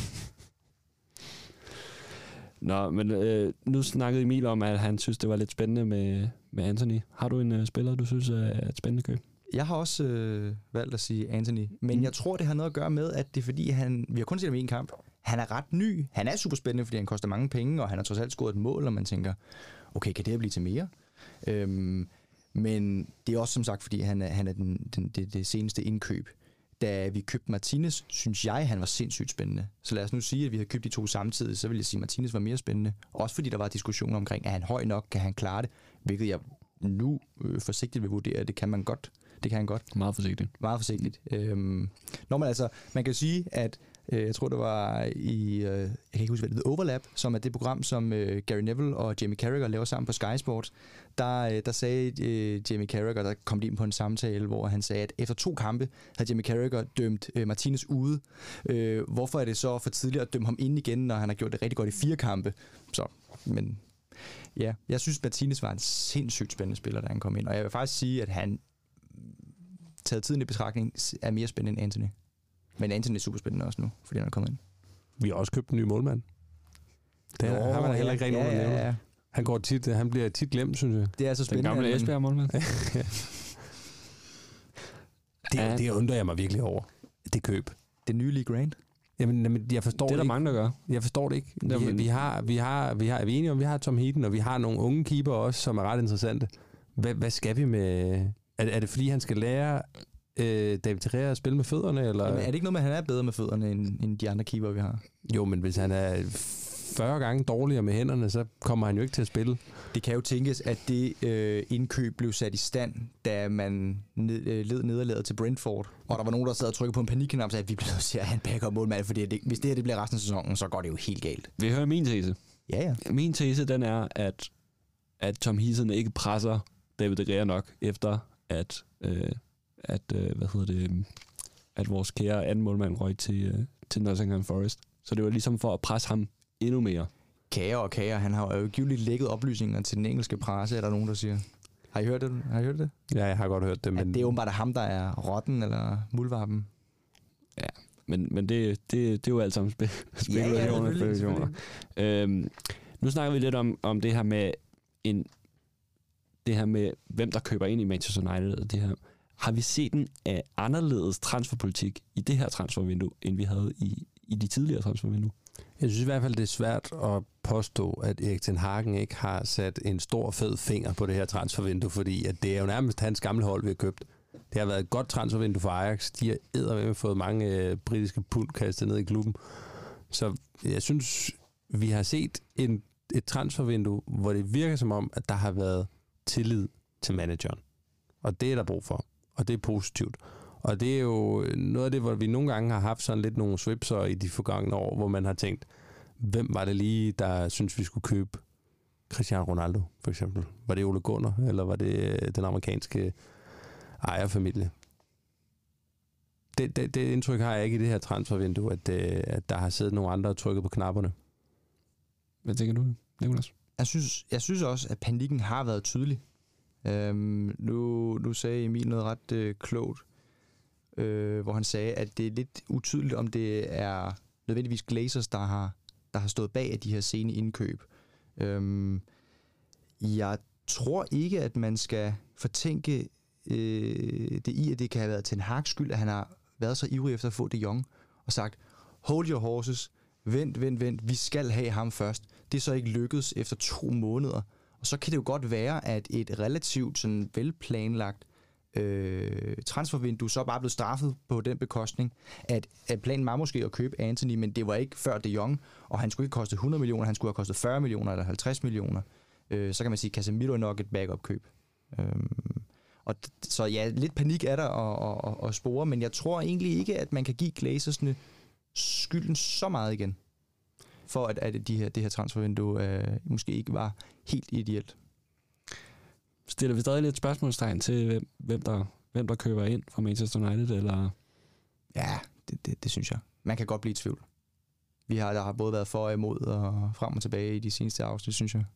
Nå, men øh, nu snakkede Emil om, at han synes, det var lidt spændende med, med Antony. Har du en øh, spiller, du synes er et spændende køb? Jeg har også øh, valgt at sige Antony, men mm. jeg tror, det har noget at gøre med, at det er fordi, han, vi har kun set ham i en kamp. Han er ret ny. Han er super spændende, fordi han koster mange penge, og han har trods alt scoret et mål, og man tænker, okay, kan det her blive til mere? Øhm, men det er også som sagt, fordi han er, han er den, den, det, det seneste indkøb. Da vi købte Martinez, synes jeg, han var sindssygt spændende. Så lad os nu sige, at vi har købt de to samtidig, så vil jeg sige, at Martinez var mere spændende. Også fordi der var diskussioner omkring, er han høj nok, kan han klare det? Hvilket jeg nu øh, forsigtigt vil vurdere, det kan man godt. Det kan han godt. Meget forsigtigt. Meget forsigtigt. Øhm, når man altså, man kan sige, at øh, jeg tror, det var i, øh, jeg kan ikke huske, hvad det hedder, Overlap, som er det program, som øh, Gary Neville og Jamie Carragher laver sammen på Sky Sports. Der, øh, der sagde øh, Jamie Carragher, der kom ind på en samtale, hvor han sagde, at efter to kampe havde Jamie Carragher dømt øh, Martinez ude. Øh, hvorfor er det så for tidligt at dømme ham ind igen, når han har gjort det rigtig godt i fire kampe? Så, men ja, jeg synes, Martinez var en sindssygt spændende spiller, da han kom ind. Og jeg vil faktisk sige, at han taget tiden i betragtning, er mere spændende end Antony. Men Antony er super spændende også nu, fordi han er kommet ind. Vi har også købt en ny målmand. Det har man heller ikke rigtig ja, nogen, der ja, ja. Han går tit, han bliver tit glemt, synes jeg. Det er så spændende. Den gamle Esbjerg målmand. det, ja. det undrer jeg mig virkelig over. Det køb. Det nye Lee Grant. Jamen, jamen, jeg forstår det er der ikke. mange, der gør. Jeg forstår det ikke. Vi, Jamen. vi har, vi har, vi har, er vi enige om, vi har Tom Heaton, og vi har nogle unge keeper også, som er ret interessante. Hvad, hvad skal vi med... Er, er det fordi, han skal lære øh, David Terrea at spille med fødderne? Eller? Jamen, er det ikke noget med, at han er bedre med fødderne, end, end de andre keeper, vi har? Jo, men hvis han er fyrre gange dårligere med hænderne, så kommer han jo ikke til at spille. Det kan jo tænkes, at det øh, indkøb blev sat i stand, da man ned, øh, led nederlaget til Brentford. Og der var nogen, der sad og trykkede på en panikknap og sagde, at vi bliver nødt til at have en backup målmand, fordi det, hvis det her det bliver resten af sæsonen, så går det jo helt galt. Vi hører min tese. Ja, ja. Min tese, den er, at, at Tom Heaton ikke presser David De Gea nok, efter at, øh, at øh, hvad hedder det, at vores kære anden målmand røg til, øh, til Nottingham Forest. Så det var ligesom for at presse ham endnu mere. Kager og Kager, han har jo givetligt lækket oplysninger til den engelske presse, er der nogen, der siger. Har I hørt det? Har I hørt det? Ja, jeg har godt hørt det. Men At det er åbenbart ham, der er rotten eller muldvarpen. Ja, men, men det, det, det er jo alt sammen spe- spekulationer. Ja, ja, spekulationer. Øhm, nu snakker vi lidt om, om det her med en, det her med, hvem der køber ind i Manchester United. Og det her. Har vi set en uh, anderledes transferpolitik i det her transfervindue, end vi havde i, i de tidligere transfervindue? Jeg synes i hvert fald, det er svært at påstå, at Erik ten Hag ikke har sat en stor, fed finger på det her transfervindue, fordi at det er jo nærmest hans gamle hold, vi har købt. Det har været et godt transfervindue for Ajax. De har eddermame fået mange øh, britiske pund kastet ned i klubben. Så jeg synes, vi har set en, et transfervindue, hvor det virker som om, at der har været tillid til manageren. Og det er der brug for. Og det er positivt. Og det er jo noget af det, hvor vi nogle gange har haft sådan lidt nogle swipser i de forgangne år, hvor man har tænkt, hvem var det lige, der synes vi skulle købe Cristiano Ronaldo, for eksempel? Var det Ole Gunnar, eller var det den amerikanske ejerfamilie? Det, det, det indtryk har jeg ikke i det her transfervindue, at, at der har siddet nogle andre og trykket på knapperne. Hvad tænker du, Nicolas? Jeg synes, jeg synes også, at panikken har været tydelig. Øhm, nu, nu sagde Emil noget ret øh, klogt, øh, hvor han sagde, at det er lidt utydeligt, om det er nødvendigvis Glazers, der har, der har stået bag af de her sene indkøb. Øhm, jeg tror ikke, at man skal fortænke øh, det i, at det kan have været Ten Hag's skyld, at han har været så ivrig efter at få De Jong og sagt, hold your horses, vent, vent, vent, vi skal have ham først. Det er så ikke lykkedes efter to måneder. Og så kan det jo godt være, at et relativt sådan velplanlagt øh, transfervindue så bare blevet straffet på den bekostning, at, at planen var måske at købe Anthony, men det var ikke før De Jong, og han skulle ikke koste hundrede millioner, han skulle have kostet fyrre millioner eller halvtreds millioner. Øh, så kan man sige, Casemiro er nok et backup-køb. Øh, og d- så ja, lidt panik er der at, at, at spore, men jeg tror egentlig ikke, at man kan give Glazersne skylden så meget igen, for at, at de her, det her transfervindue øh, måske ikke var helt ideelt. Stiller vi stadig lidt spørgsmålstegn til, hvem der, hvem der køber ind fra Manchester United, eller? Ja, det, det, det synes jeg. Man kan godt blive i tvivl. Vi har, der har både været for og imod og frem og tilbage i de seneste afsnit, synes jeg.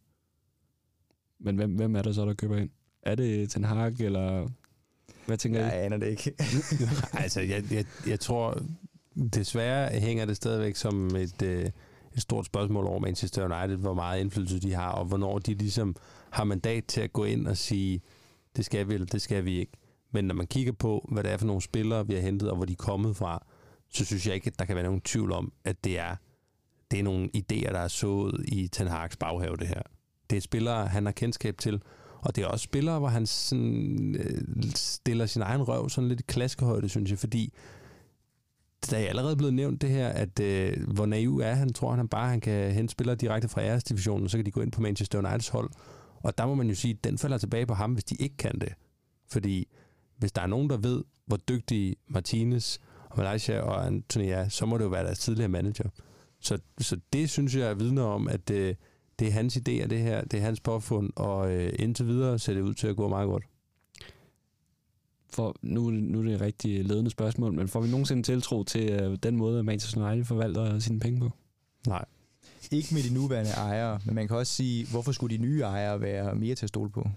Men hvem, hvem er der så, der køber ind? Er det Ten Hag, eller hvad tænker I? Jeg aner det ikke. altså, jeg, jeg, jeg tror, desværre hænger det stadigvæk som et, øh, et stort spørgsmål over Manchester United, hvor meget indflydelse de har, og hvornår de ligesom har mandat til at gå ind og sige, det skal vi, eller det skal vi ikke. Men når man kigger på, hvad det er for nogle spillere, vi har hentet, og hvor de er kommet fra, så synes jeg ikke, at der kan være nogen tvivl om, at det er, det er nogle idéer, der er sået i Ten Hag's baghave, det her. Det er spillere, han har kendskab til, og det er også spillere, hvor han sådan, øh, stiller sin egen røv sådan lidt i klaskehøjde, synes jeg, fordi der er allerede blevet nævnt det her, at øh, hvor naiv er han, tror han bare, han kan hente spillere direkte fra æresdivisionen, og så kan de gå ind på Manchester Uniteds hold. Og der må man jo sige, at den falder tilbage på ham, hvis de ikke kan det. Fordi hvis der er nogen, der ved, hvor dygtige Martinez og Malaysia og Anthony er, så må det jo være deres tidligere manager. Så, så det synes jeg vidner om, at øh, det er hans idéer, det her, det er hans påfund, og øh, indtil videre ser det ud til at gå meget godt. For nu, nu er det et rigtig ledende spørgsmål, men får vi nogensinde tiltro til uh, den måde, at Manchester United forvalter sine penge på? Nej. Ikke med de nuværende ejere, men man kan også sige, hvorfor skulle de nye ejere være mere til at stole på?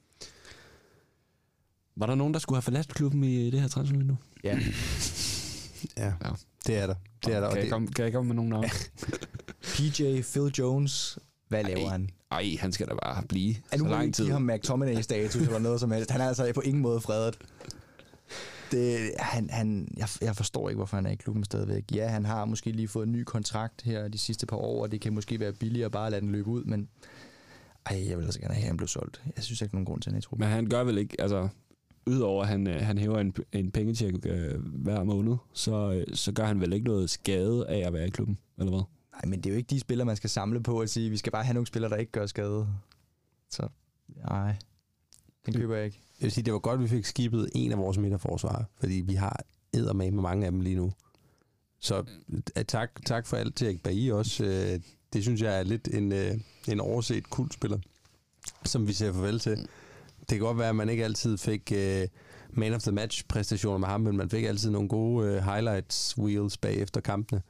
Var der nogen, der skulle have forladt klubben i det her transfervindue? Ja. ja. ja, det er der. Det er der. Kan, jeg det... komme, kan jeg komme med nogen navn? P J, Phil Jones, hvad laver ej, han? Ej, han skal da bare blive er så nu lang tid. Nu må vi give ham McTominay-status eller noget som helst. Han er altså på ingen måde fredet. Det, han, han, jeg, jeg forstår ikke, hvorfor han er i klubben stadigvæk. Ja, han har måske lige fået en ny kontrakt her de sidste par år, og det kan måske være billigere bare at lade den løbe ud, men ej, jeg vil altså gerne have, at han blev solgt. Jeg synes ikke, nogen grund til, at han er i truppen. Men han gør vel ikke, altså udover at han, han hæver en, en pengetjek øh, hver måned, så, øh, så gør han vel ikke noget skade af at være i klubben, eller hvad? Nej, men det er jo ikke de spillere, man skal samle på og sige, vi skal bare have nogle spillere, der ikke gør skade. Så nej, den køber jeg ikke. Jeg vil sige, det var godt, at vi fik skibet en af vores midterforsvarer, fordi vi har eddermame med mange af dem lige nu. Så tak, tak for alt til Erik Bailly også. det synes jeg er lidt en, øh, en overset kultspiller, som vi ser farvel til. Det kan godt være, at man ikke altid fik øh, man of the match præstationer med ham, men man fik altid nogle gode øh, highlights wheels bagefter kampene.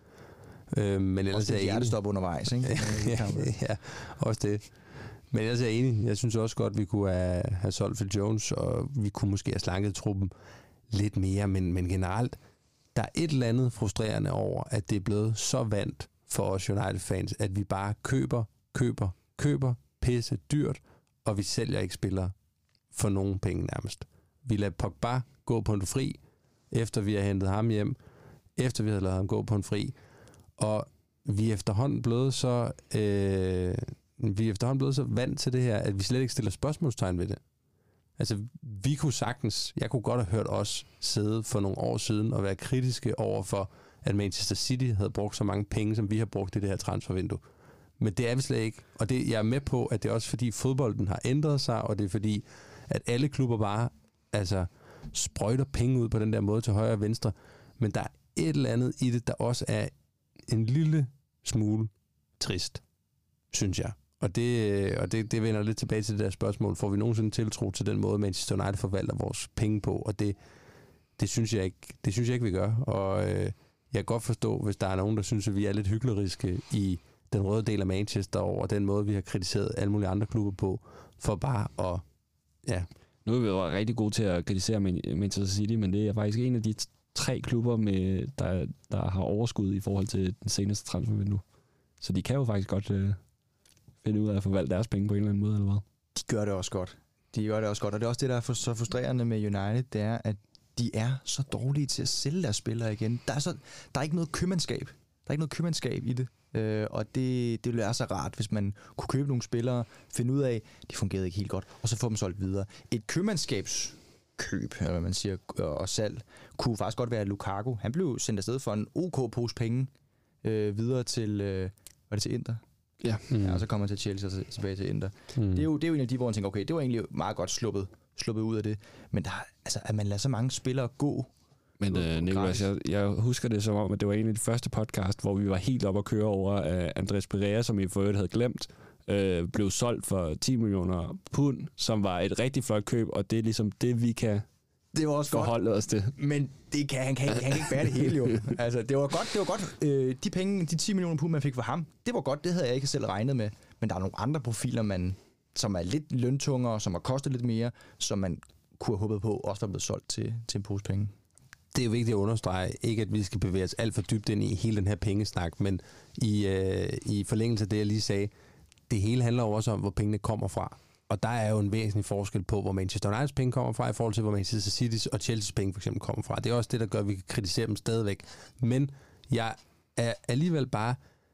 Øh, men ellers også er jeg enig. Hjertestop undervejs, ikke? ja, ja, også det. Men ellers er jeg enig. Jeg synes også godt, at vi kunne have, have solgt Phil Jones, og vi kunne måske have slanket truppen lidt mere, men, men generelt, der er et eller andet frustrerende over, at det er blevet så vant for os United-fans, at vi bare køber, køber, køber, pisse dyrt, og vi sælger ikke spillere for nogen penge nærmest. Vi lader Pogba gå på en fri, efter vi har hentet ham hjem, efter vi har ladet ham gå på en fri, og vi er efterhånden blevet så, øh, vi er efterhånden blevet så vant til det her, at vi slet ikke stiller spørgsmålstegn ved det. Altså, vi kunne sagtens, jeg kunne godt have hørt os sidde for nogle år siden og være kritiske over for, at Manchester City havde brugt så mange penge, som vi har brugt i det her transfervindue. Men det er vi slet ikke. Og det, jeg er med på, at det er også fordi fodbolden har ændret sig, og det er fordi, at alle klubber bare altså, sprøjter penge ud på den der måde til højre og venstre. Men der er et eller andet i det, der også er en lille smule trist, synes jeg. Og det, og det, det vender lidt tilbage til det der spørgsmål. Får vi nogensinde tiltro til den måde, Manchester United forvalter vores penge på? Og det, det, synes, jeg ikke, det synes jeg ikke, vi gør. Og øh, jeg kan godt forstå, hvis der er nogen, der synes, at vi er lidt hykleriske i den røde del af Manchester over den måde, vi har kritiseret alle mulige andre klubber på, for bare at... Ja. Nu er vi jo rigtig gode til at kritisere Manchester City, men det er faktisk en af de tre klubber, med, der, der har overskud i forhold til den seneste transfervindue. Så de kan jo faktisk godt øh, finde ud af at forvalte deres penge på en eller anden måde, eller hvad? De gør det også godt. De gør det også godt, og det er også det, der er for, så frustrerende med United, det er, at de er så dårlige til at sælge deres spillere igen. Der er, så, der er ikke noget købmandskab. Der er ikke noget købmandskab i det. Øh, og det, det ville være så rart, hvis man kunne købe nogle spillere, finde ud af, de fungerede ikke helt godt, og så få dem solgt videre. Et købmandskabskøb, eller hvad man siger, og salg, kunne faktisk godt være Lukaku. Han blev sendt afsted for en OK pose penge øh, videre til, øh, var det til Inter? Ja. Mm. Ja, og så kommer han til Chelsea og tilbage til Inter. Mm. Det, er jo, det er jo en af de, hvor man tænker, okay, det var egentlig meget godt sluppet, sluppet ud af det. Men der, altså, at man lader så mange spillere gå. Men uh, Nicolas, jeg, jeg husker det som om, at det var en af de første podcast, hvor vi var helt oppe at køre over uh, Andres Pereira, som I for øvrigt havde glemt, uh, blev solgt for ti millioner pund, som var et rigtig flot køb, og det er ligesom det, vi kan det var også forholde godt, os til. Men det kan, han, kan, han kan ikke bære det hele, jo. Altså, det var godt, det var godt. Øh, de penge, de ti millioner pund, man fik for ham, det var godt, det havde jeg ikke selv regnet med. Men der er nogle andre profiler, man, som er lidt løntungere, som har kostet lidt mere, som man kunne have håbet på, også var blevet solgt til, til en pose penge. Det er jo vigtigt at understrege, ikke at vi skal bevæge os alt for dybt ind i hele den her pengesnak, men i, øh, i forlængelse af det, jeg lige sagde, det hele handler jo også om, hvor pengene kommer fra. Og der er jo en væsentlig forskel på, hvor Manchester Uniteds penge kommer fra, i forhold til, hvor Manchester City's og Chelsea's penge for eksempel kommer fra. Det er også det, der gør, at vi kan kritisere dem stadigvæk. Men jeg er alligevel bare...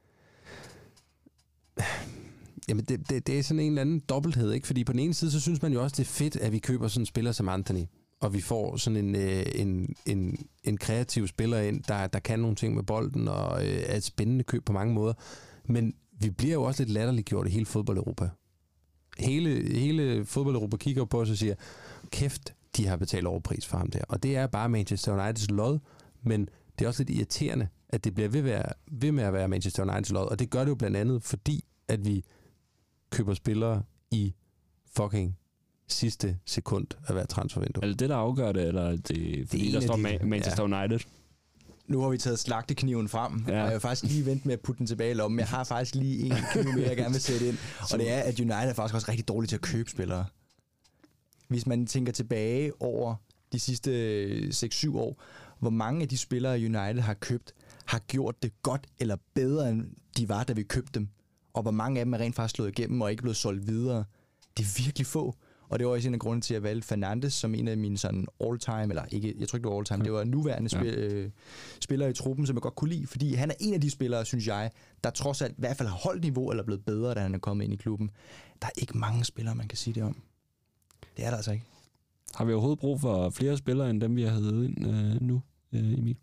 Jamen, det, det, det er sådan en eller anden dobbelthed, ikke? Fordi på den ene side, så synes man jo også, det er fedt, at vi køber sådan en spiller som Anthony, og vi får sådan en, en, en, en kreativ spiller ind, der, der kan nogle ting med bolden, og øh, er et spændende køb på mange måder. Men vi bliver jo også lidt latterliggjort i hele fodbold-Europa. Hele, hele fodbold-Europa kigger på os og siger, kæft, de har betalt overpris for ham der. Og det er bare Manchester Uniteds lod, men det er også lidt irriterende, at det bliver ved, være, ved med at være Manchester Uniteds lod. Og det gør det jo blandt andet, fordi at vi køber spillere i fucking sidste sekund af hver transfervindue. Er det det, der afgør det, eller er det fordi, det der står de, Manchester ja. United? Nu har vi taget slagtekniven frem, ja. og jeg vil faktisk lige vente med at putte den tilbage i lommen. Jeg har faktisk lige en kniv mere, jeg gerne vil sætte ind. Og det er, at United er faktisk også rigtig dårlig til at købe spillere. Hvis man tænker tilbage over de sidste seks syv år, hvor mange af de spillere, United har købt, har gjort det godt eller bedre, end de var, da vi købte dem. Og hvor mange af dem er rent faktisk slået igennem og ikke blevet solgt videre. Det er virkelig få. Og det var også en af grunden til, at jeg valgte Fernandes som en af mine sådan all-time, eller ikke, jeg tror ikke, det var all-time, det var nuværende spil, ja. øh, spillere i truppen, som jeg godt kunne lide, fordi han er en af de spillere, synes jeg, der trods alt i hvert fald har holdt niveau, eller blevet bedre, da han er kommet ind i klubben. Der er ikke mange spillere, man kan sige det om. Det er der altså ikke. Har vi overhovedet brug for flere spillere, end dem, vi har heddet ind øh, nu, øh, Emil?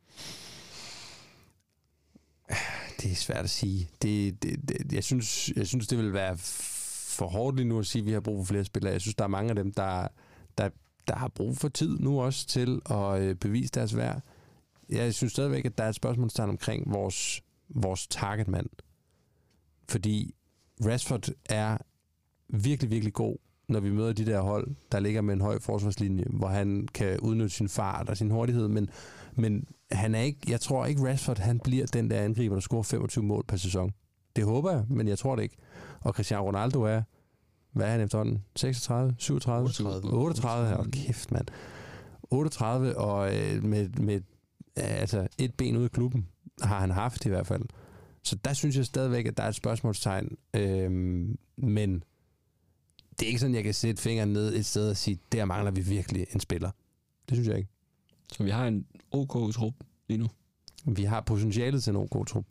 Det er svært at sige. Det, det, det, jeg, synes, jeg synes, det vil være for hårdt lige nu at sige, at vi har brug for flere spillere. Jeg synes, der er mange af dem, der, der, der har brug for tid nu også til at bevise deres værd. Jeg synes stadigvæk, at der er et spørgsmålstegn omkring vores, vores targetmand. Fordi Rashford er virkelig, virkelig god, når vi møder de der hold, der ligger med en høj forsvarslinje, hvor han kan udnytte sin fart og sin hurtighed, men, men han er ikke, jeg tror ikke, Rashford han bliver den der angriber, der scorer femogtyve mål per sæson. Det håber jeg, men jeg tror det ikke. Og Cristiano Ronaldo er, hvad er han efterhånden? seksogtredive, syvogtredive, otteogtredive. otteogtredive, hold kæft, mand. otteogtredive, og øh, med, med altså et ben ude af klubben, har han haft i hvert fald. Så der synes jeg stadigvæk, at der er et spørgsmålstegn. Øhm, men det er ikke sådan, jeg kan sætte fingeren ned et sted og sige, der mangler vi virkelig en spiller. Det synes jeg ikke. Så vi har en OK trup lige nu. Vi har potentialet til en OK trup.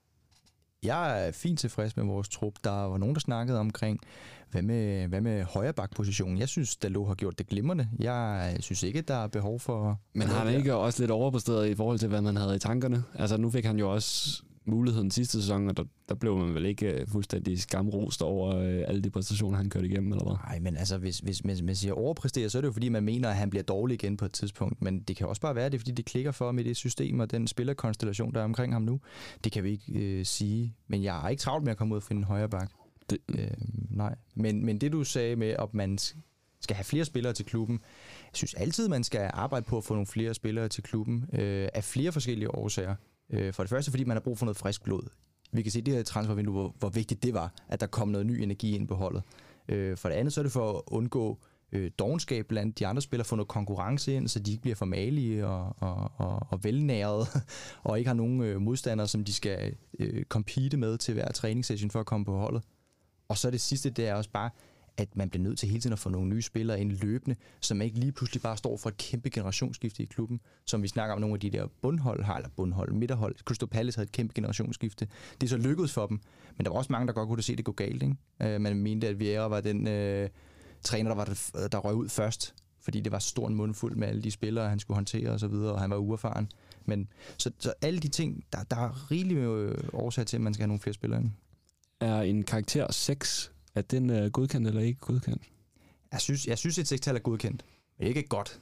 Jeg er fint tilfreds med vores trup. Der var nogen, der snakkede omkring, hvad med, hvad med højrebakpositionen. Jeg synes, Dalot har gjort det glimrende. Jeg synes ikke, der er behov for... Men har han ikke også lidt overpræsteret i forhold til, hvad man havde i tankerne? Altså, nu fik han jo også muligheden sidste sæson, og der, der blev man vel ikke fuldstændig skamrost over øh, alle de præstationer, han kørte igennem, eller hvad? Nej, men altså, hvis, hvis man, man siger overpræsterer, så er det jo fordi, man mener, at han bliver dårlig igen på et tidspunkt. Men det kan også bare være, det er, fordi det klikker for med det system og den spillerkonstellation, der er omkring ham nu. Det kan vi ikke øh, sige. Men jeg har ikke travlt med at komme ud og finde en højre bak. Det... Øh, nej. Men, men det, du sagde med, at man skal have flere spillere til klubben, jeg synes altid, man skal arbejde på at få nogle flere spillere til klubben øh, af flere forskellige årsager. For det første, fordi man har brug for noget frisk blod. Vi kan se det her transfervindue, hvor, hvor vigtigt det var, at der kom noget ny energi ind på holdet. For det andet, så er det for at undgå øh, dovenskab blandt de andre spillere, få noget konkurrence ind, så de ikke bliver for malige og, og, og, og velnærede, og ikke har nogen øh, modstandere, som de skal øh, compete med til hver træningssession for at komme på holdet. Og så det sidste, det er også bare, at man bliver nødt til hele tiden at få nogle nye spillere ind løbende, som ikke lige pludselig bare står for et kæmpe generationsskifte i klubben, som vi snakker om nogle af de der bundhold har, eller bundhold, midterhold. Crystal Palace havde et kæmpe generationsskifte. Det er så lykkedes for dem, men der var også mange, der godt kunne se det gå galt, ikke? Uh, man mente, at Vieira var den uh, træner, der, var der, der røg ud først, fordi det var stor en mundfuld med alle de spillere, han skulle håndtere og så videre, og han var uerfaren. Men så, så alle de ting, der, der er rigeligt med årsag til, at man skal have nogle flere spillere ind. Er en karakter seks, er den uh, godkendt eller ikke godkendt? Jeg synes, jeg synes et sekstal er godkendt, men ikke godt.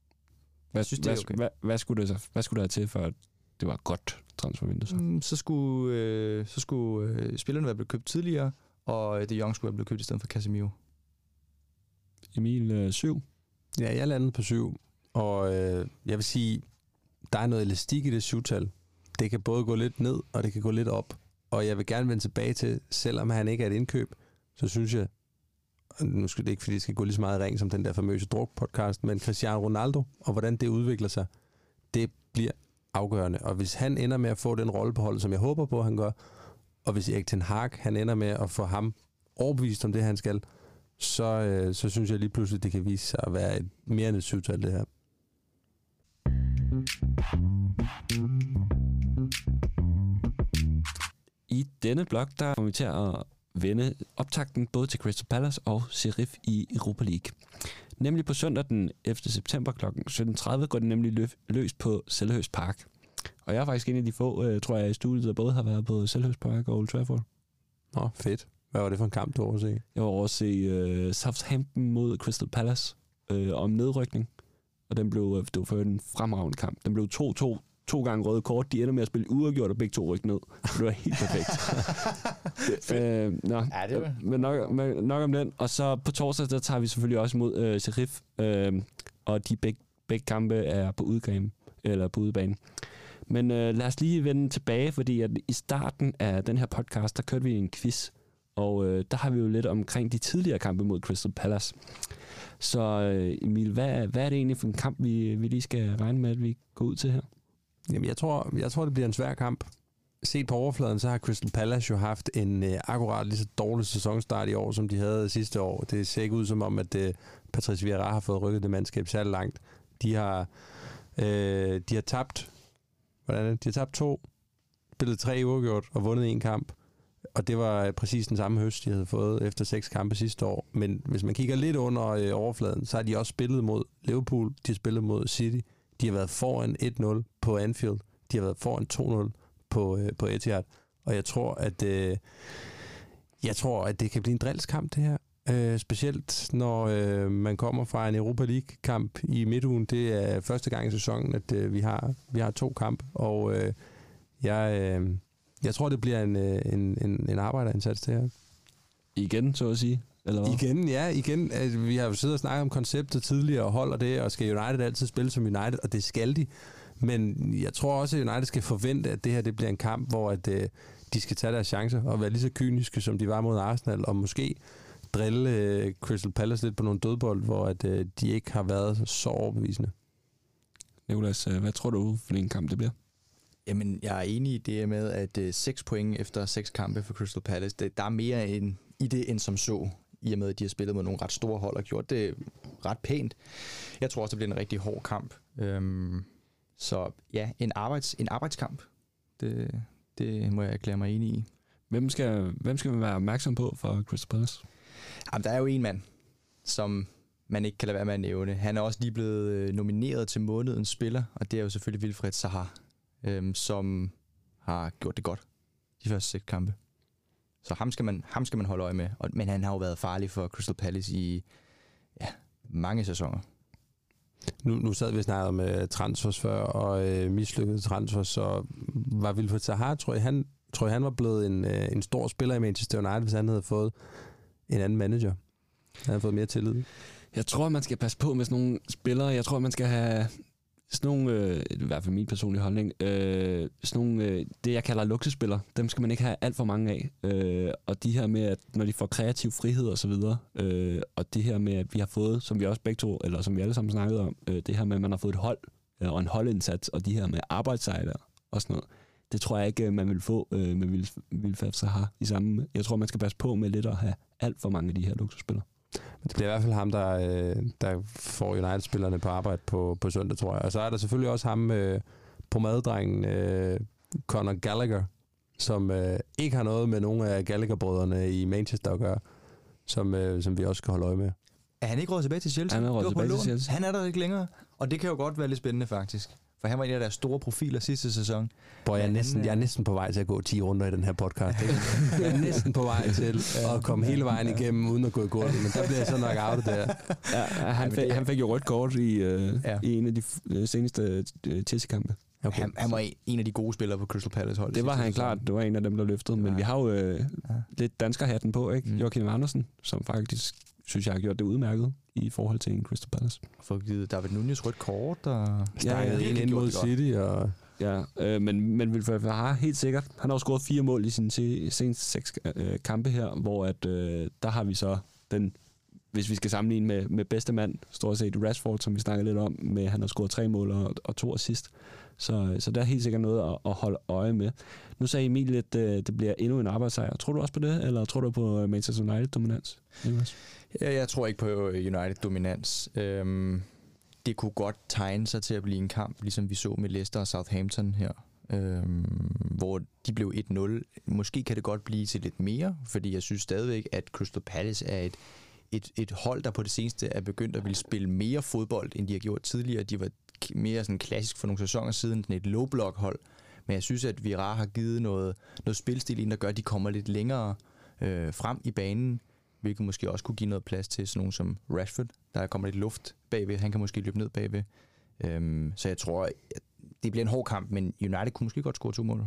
Hvad, synes, hvad, okay. hvad, hvad, skulle det så, hvad skulle der til, for at det var godt transfervindue så? Mm, så skulle, øh, så skulle øh, spillerne være blevet købt tidligere, og De Jong skulle være blevet købt i stedet for Casemiro. Emil, øh, syv? Ja, jeg landede på syv, og øh, jeg vil sige, der er noget elastik i det syvtal. Det kan både gå lidt ned, og det kan gå lidt op. Og jeg vil gerne vende tilbage til, selvom han ikke er et indkøb, så synes jeg, nu skal det ikke, fordi det skal gå lige så meget i ring som den der famøse druk-podcast, men Cristiano Ronaldo, og hvordan det udvikler sig, det bliver afgørende. Og hvis han ender med at få den rolle på holdet, som jeg håber på, han gør, og hvis Erik ten Hag, han ender med at få ham overbevist om det, han skal, så, øh, så synes jeg lige pludselig, det kan vise sig at være et mere end et syvtal, det her. I denne blog, der kommer vi til at vende optakten både til Crystal Palace og Sheriff i Europa League. Nemlig på søndag den ellevte september klokken sytten tredive går det nemlig løf, løs på Selhurst Park. Og jeg er faktisk en af de få, øh, tror jeg, i studiet, der både har været på Selhurst Park og Old Trafford. Nå, fedt. Hvad var det for en kamp, du overse? Jeg var over at se øh, Southampton mod Crystal Palace øh, om nedrykning. Og den blev, det var for en fremragende kamp. Den blev to to. To gange røde kort. De ender med at spille uafgjort, og begge to rykke ned. Det var helt perfekt. øh, nå, ja, det var... Men nok, nok om den. Og så på torsdag, der tager vi selvfølgelig også mod øh, Sheriff. Øh, og de begge, begge kampe er på udgame, eller på udebane. Men øh, lad os lige vende tilbage, fordi at i starten af den her podcast, der kørte vi en quiz. Og øh, der har vi jo lidt omkring de tidligere kampe mod Crystal Palace. Så øh, Emil, hvad, hvad er det egentlig for en kamp, vi, vi lige skal regne med, at vi går ud til her? Jamen, jeg tror, jeg tror, det bliver en svær kamp. Set på overfladen, så har Crystal Palace jo haft en øh, akkurat lige så dårlig sæsonstart i år, som de havde sidste år. Det ser ikke ud som om, at øh, Patrice Vieira har fået rykket det mandskab særlig langt. De har, øh, de har tabt, hvordan er det? De har tabt to, spillet tre uafgjort og vundet en kamp. Og det var øh, præcis den samme høst, de havde fået efter seks kampe sidste år. Men hvis man kigger lidt under øh, overfladen, så har de også spillet mod Liverpool, de har spillet mod City. De har været foran et nul på Anfield. De har været foran to nul på, øh, på Etihad. Og jeg tror, at øh, jeg tror, at det kan blive en drillskamp, det her. Øh, specielt når øh, man kommer fra en Europa League-kamp i midtugen. Det er første gang i sæsonen, at øh, vi har vi har to kampe. Og øh, jeg, øh, Jeg tror, det bliver en, en, en, en arbejderindsats, det her. Igen, så at sige. Eller hvad? Igen, ja, igen. Altså, vi har jo siddet og snakket om konceptet tidligere, og holder det, og skal United altid spille som United, og det skal de. Men jeg tror også, at United skal forvente, at det her det bliver en kamp, hvor at, øh, de skal tage deres chancer og være lige så kyniske, som de var mod Arsenal, og måske drille øh, Crystal Palace lidt på nogle dødbold, hvor at, øh, de ikke har været så overbevisende. Nicolas, hvad tror du for en kamp det bliver? Jamen, jeg er enig i det med, at øh, seks point efter seks kampe for Crystal Palace, det, der er mere end, i det end som så, i og med, at de har spillet med nogle ret store hold og gjort det ret pænt. Jeg tror også, det bliver en rigtig hård kamp. Øhm, så ja, en, arbejds, en arbejdskamp, det, det må jeg erklære mig enig i. Hvem skal, hvem skal man være opmærksom på for Crystal Palace? Jamen, der er jo en mand, som man ikke kan lade være med at nævne. Han er også lige blevet nomineret til månedens spiller, og det er jo selvfølgelig Wilfried Zaha, øhm, som har gjort det godt de første seks kampe. Så ham skal man, ham skal man holde øje med. Og, men han har jo været farlig for Crystal Palace i ja, mange sæsoner. Nu, nu sad vi og snakkede om uh, transfers før, og uh, mislykkede transfers, så var Wilfried Zaha, tror jeg, han, tror jeg, han var blevet en, uh, en stor spiller i Manchester United, hvis han havde fået en anden manager. Han havde fået mere tillid. Jeg tror, man skal passe på med sådan nogle spillere. Jeg tror, man skal have sådan nogle, øh, i hvert fald min personlige holdning, øh, sådan nogle, øh, det jeg kalder luksusspillere, dem skal man ikke have alt for mange af. Øh, og de her med, at når de får kreativ frihed og så videre, øh, og det her med, at vi har fået, som vi også begge to, eller som vi alle sammen snakkede om, øh, det her med, at man har fået et hold, øh, og en holdindsats, og de her med arbejdssejler og sådan noget, det tror jeg ikke, man vil få øh, med Wilfried Zaha i samme. Jeg tror, man skal passe på med lidt at have alt for mange af de her luksusspillere. Det bliver i hvert fald ham, der, øh, der får United-spillerne på arbejde på, på søndag, tror jeg. Og så er der selvfølgelig også ham, øh, pomadedrengen, øh, Conor Gallagher, som øh, ikke har noget med nogle af Gallagher-brødrene i Manchester at gøre, som, øh, som vi også skal holde øje med. Er han ikke råd tilbage til Chelsea? Han er råd tilbage til Chelsea. Han er der ikke længere, og det kan jo godt være lidt spændende faktisk. For han var en af deres store profiler sidste sæson. Bro, jeg, er næsten, jeg er næsten på vej til at gå ti runder i den her podcast. Ikke? Jeg er næsten på vej til at komme hele vejen igennem, uden at gå i gulvet, men der bliver jeg så nok outet der. Ja, han, fik, han fik jo rødt kort i, øh, ja. i en af de øh, seneste øh, Chelsea-kampe. Okay. Han, han var en af de gode spillere på Crystal Palace hold. Det var han klart. Det var en af dem, der løftede. Men ja. vi har jo øh, ja. lidt danskerhatten på, ikke? Mm. Joachim Andersen, som faktisk, synes jeg, har gjort det udmærket i forhold til en Crystal Palace. For at give David Nunez rødt kort, og stakket ja, ja, en ind mod City. Og ja, øh, men, men Wilfried Zaha helt sikkert. Han har jo scoret fire mål i sine seneste seks øh, kampe her, hvor at, øh, der har vi så den, hvis vi skal sammenligne med, med bedste mand, stort set Rashford, som vi snakkede lidt om, med han har scoret tre mål og, og to assist. Så, så der er helt sikkert noget at, at holde øje med. Nu sagde Emil, at øh, det bliver endnu en arbejdssejr. Tror du også på det, eller tror du på Manchester United-dominans? Ja, jeg tror ikke på United-dominans. Øhm, det kunne godt tegne sig til at blive en kamp, ligesom vi så med Leicester og Southampton her, øhm, hvor de blev et nul. Måske kan det godt blive til lidt mere, fordi jeg synes stadigvæk, at Crystal Palace er et, et, et hold, der på det seneste er begyndt at ville spille mere fodbold, end de har gjort tidligere. De var mere sådan klassisk for nogle sæsoner siden, sådan et low-block-hold. Men jeg synes, at Vieira har givet noget, noget spilstil ind, der gør, at de kommer lidt længere øh, frem i banen, hvilket måske også kunne give noget plads til sådan nogen som Rashford, der kommer lidt luft bagved. Han kan måske løbe ned bagved. Øhm, så jeg tror, at det bliver en hård kamp, men United kunne måske godt score to mål.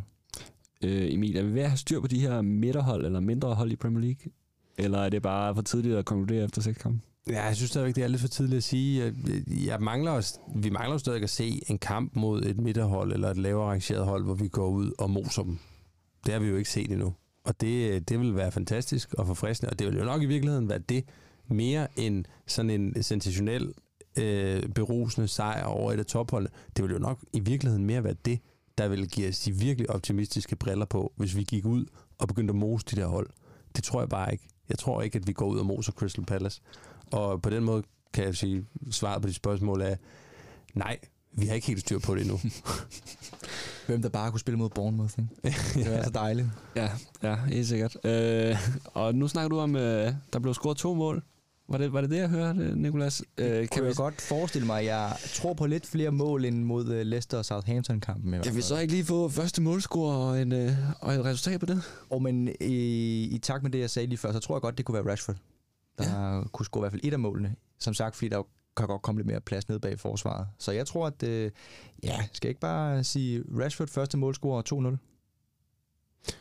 Øh, Emil, er vi ved at have styr på de her midterhold eller mindre hold i Premier League? Eller er det bare for tidligt at konkludere efter seks kampe? Ja, jeg synes stadigvæk, det er lidt for tidligt at sige. Jeg, jeg mangler også, vi mangler jo stadig at se en kamp mod et midterhold eller et lavere rangeret hold, hvor vi går ud og moser dem. Det har vi jo ikke set endnu. Og det, det vil være fantastisk og forfriskende, og det vil jo nok i virkeligheden være det mere end sådan en sensationel øh, berusende sejr over et af topholdene. Det vil jo nok i virkeligheden mere være det, der vil give os de virkelig optimistiske briller på, hvis vi gik ud og begyndte at mose de der hold. Det tror jeg bare ikke. Jeg tror ikke, at vi går ud og moser Crystal Palace. Og på den måde kan jeg sige, svaret på de spørgsmål er, nej, vi har ikke helt styr på det endnu. Hvem der bare kunne spille mod Bournemouth, ikke? Det er så dejligt. Ja, ja, helt sikkert. Øh, og nu snakker du om, øh, der blev scoret to mål. Var det, var det det, jeg hørte, Nicolas? Øh, kan jeg vi... godt forestille mig, jeg tror på lidt flere mål end mod Leicester og Southampton-kampen. Kan vi så ikke lige få første målscore og, en, øh, og et resultat på det? Og men i, i takt med det, jeg sagde lige før, så tror jeg godt, det kunne være Rashford, der ja. kunne score i hvert fald et af målene. Som sagt, fordi der kan godt komme lidt mere plads ned bag forsvaret. Så jeg tror, at øh, ja, skal jeg ikke bare sige Rashford første målscore og to nul?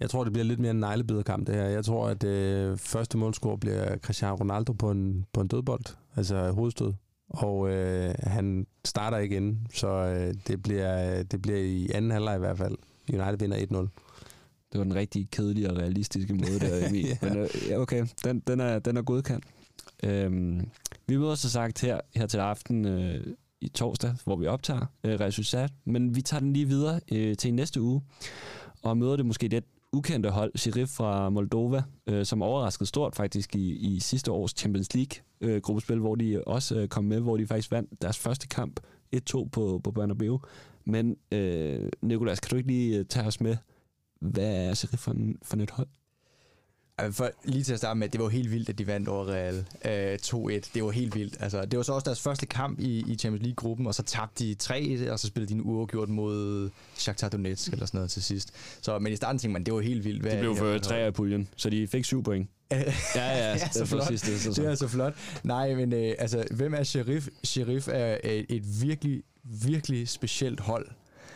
Jeg tror, det bliver lidt mere en neglebiderkamp, det her. Jeg tror, at øh, første målscore bliver Cristiano Ronaldo på en, på en dødbold, altså hovedstød. Og øh, han starter ikke inden, så øh, det, bliver, det bliver i anden halvleg i hvert fald. United vinder et nul. Det var den rigtig kedelige og realistiske måde der, Emil. ja. Men øh, ja, okay, den, den, er, den er godkendt. Øhm, vi møder så sagt her, her til aften øh, i torsdag, hvor vi optager øh, resultat, men vi tager den lige videre øh, til næste uge, og møder det måske lidt ukendte hold, Sheriff fra Moldova, øh, som overraskede stort faktisk i, i sidste års Champions League-gruppespil, øh, hvor de også øh, kom med, hvor de faktisk vandt deres første kamp et to på, på Bernabeu. Men øh, Nicolas, kan du ikke lige øh, tage os med, hvad er Sheriff for, for et hold? For, lige til at starte med, det var jo helt vildt, at de vandt over Real øh, to et. Det var helt vildt. Altså, det var så også deres første kamp i, i Champions League-gruppen, og så tabte de tre, og så spillede de en uafgjort mod Shakhtar Donetsk eller sådan noget til sidst. Så, men i starten tænkte man, det var helt vildt. Hvad de blev for tre af puljen, så de fik syv point. ja, ja, ja, så flot. Sidste, så, så. Det er så flot. Nej, men øh, altså, hvem er Sheriff? Sheriff er et, et virkelig, virkelig specielt hold.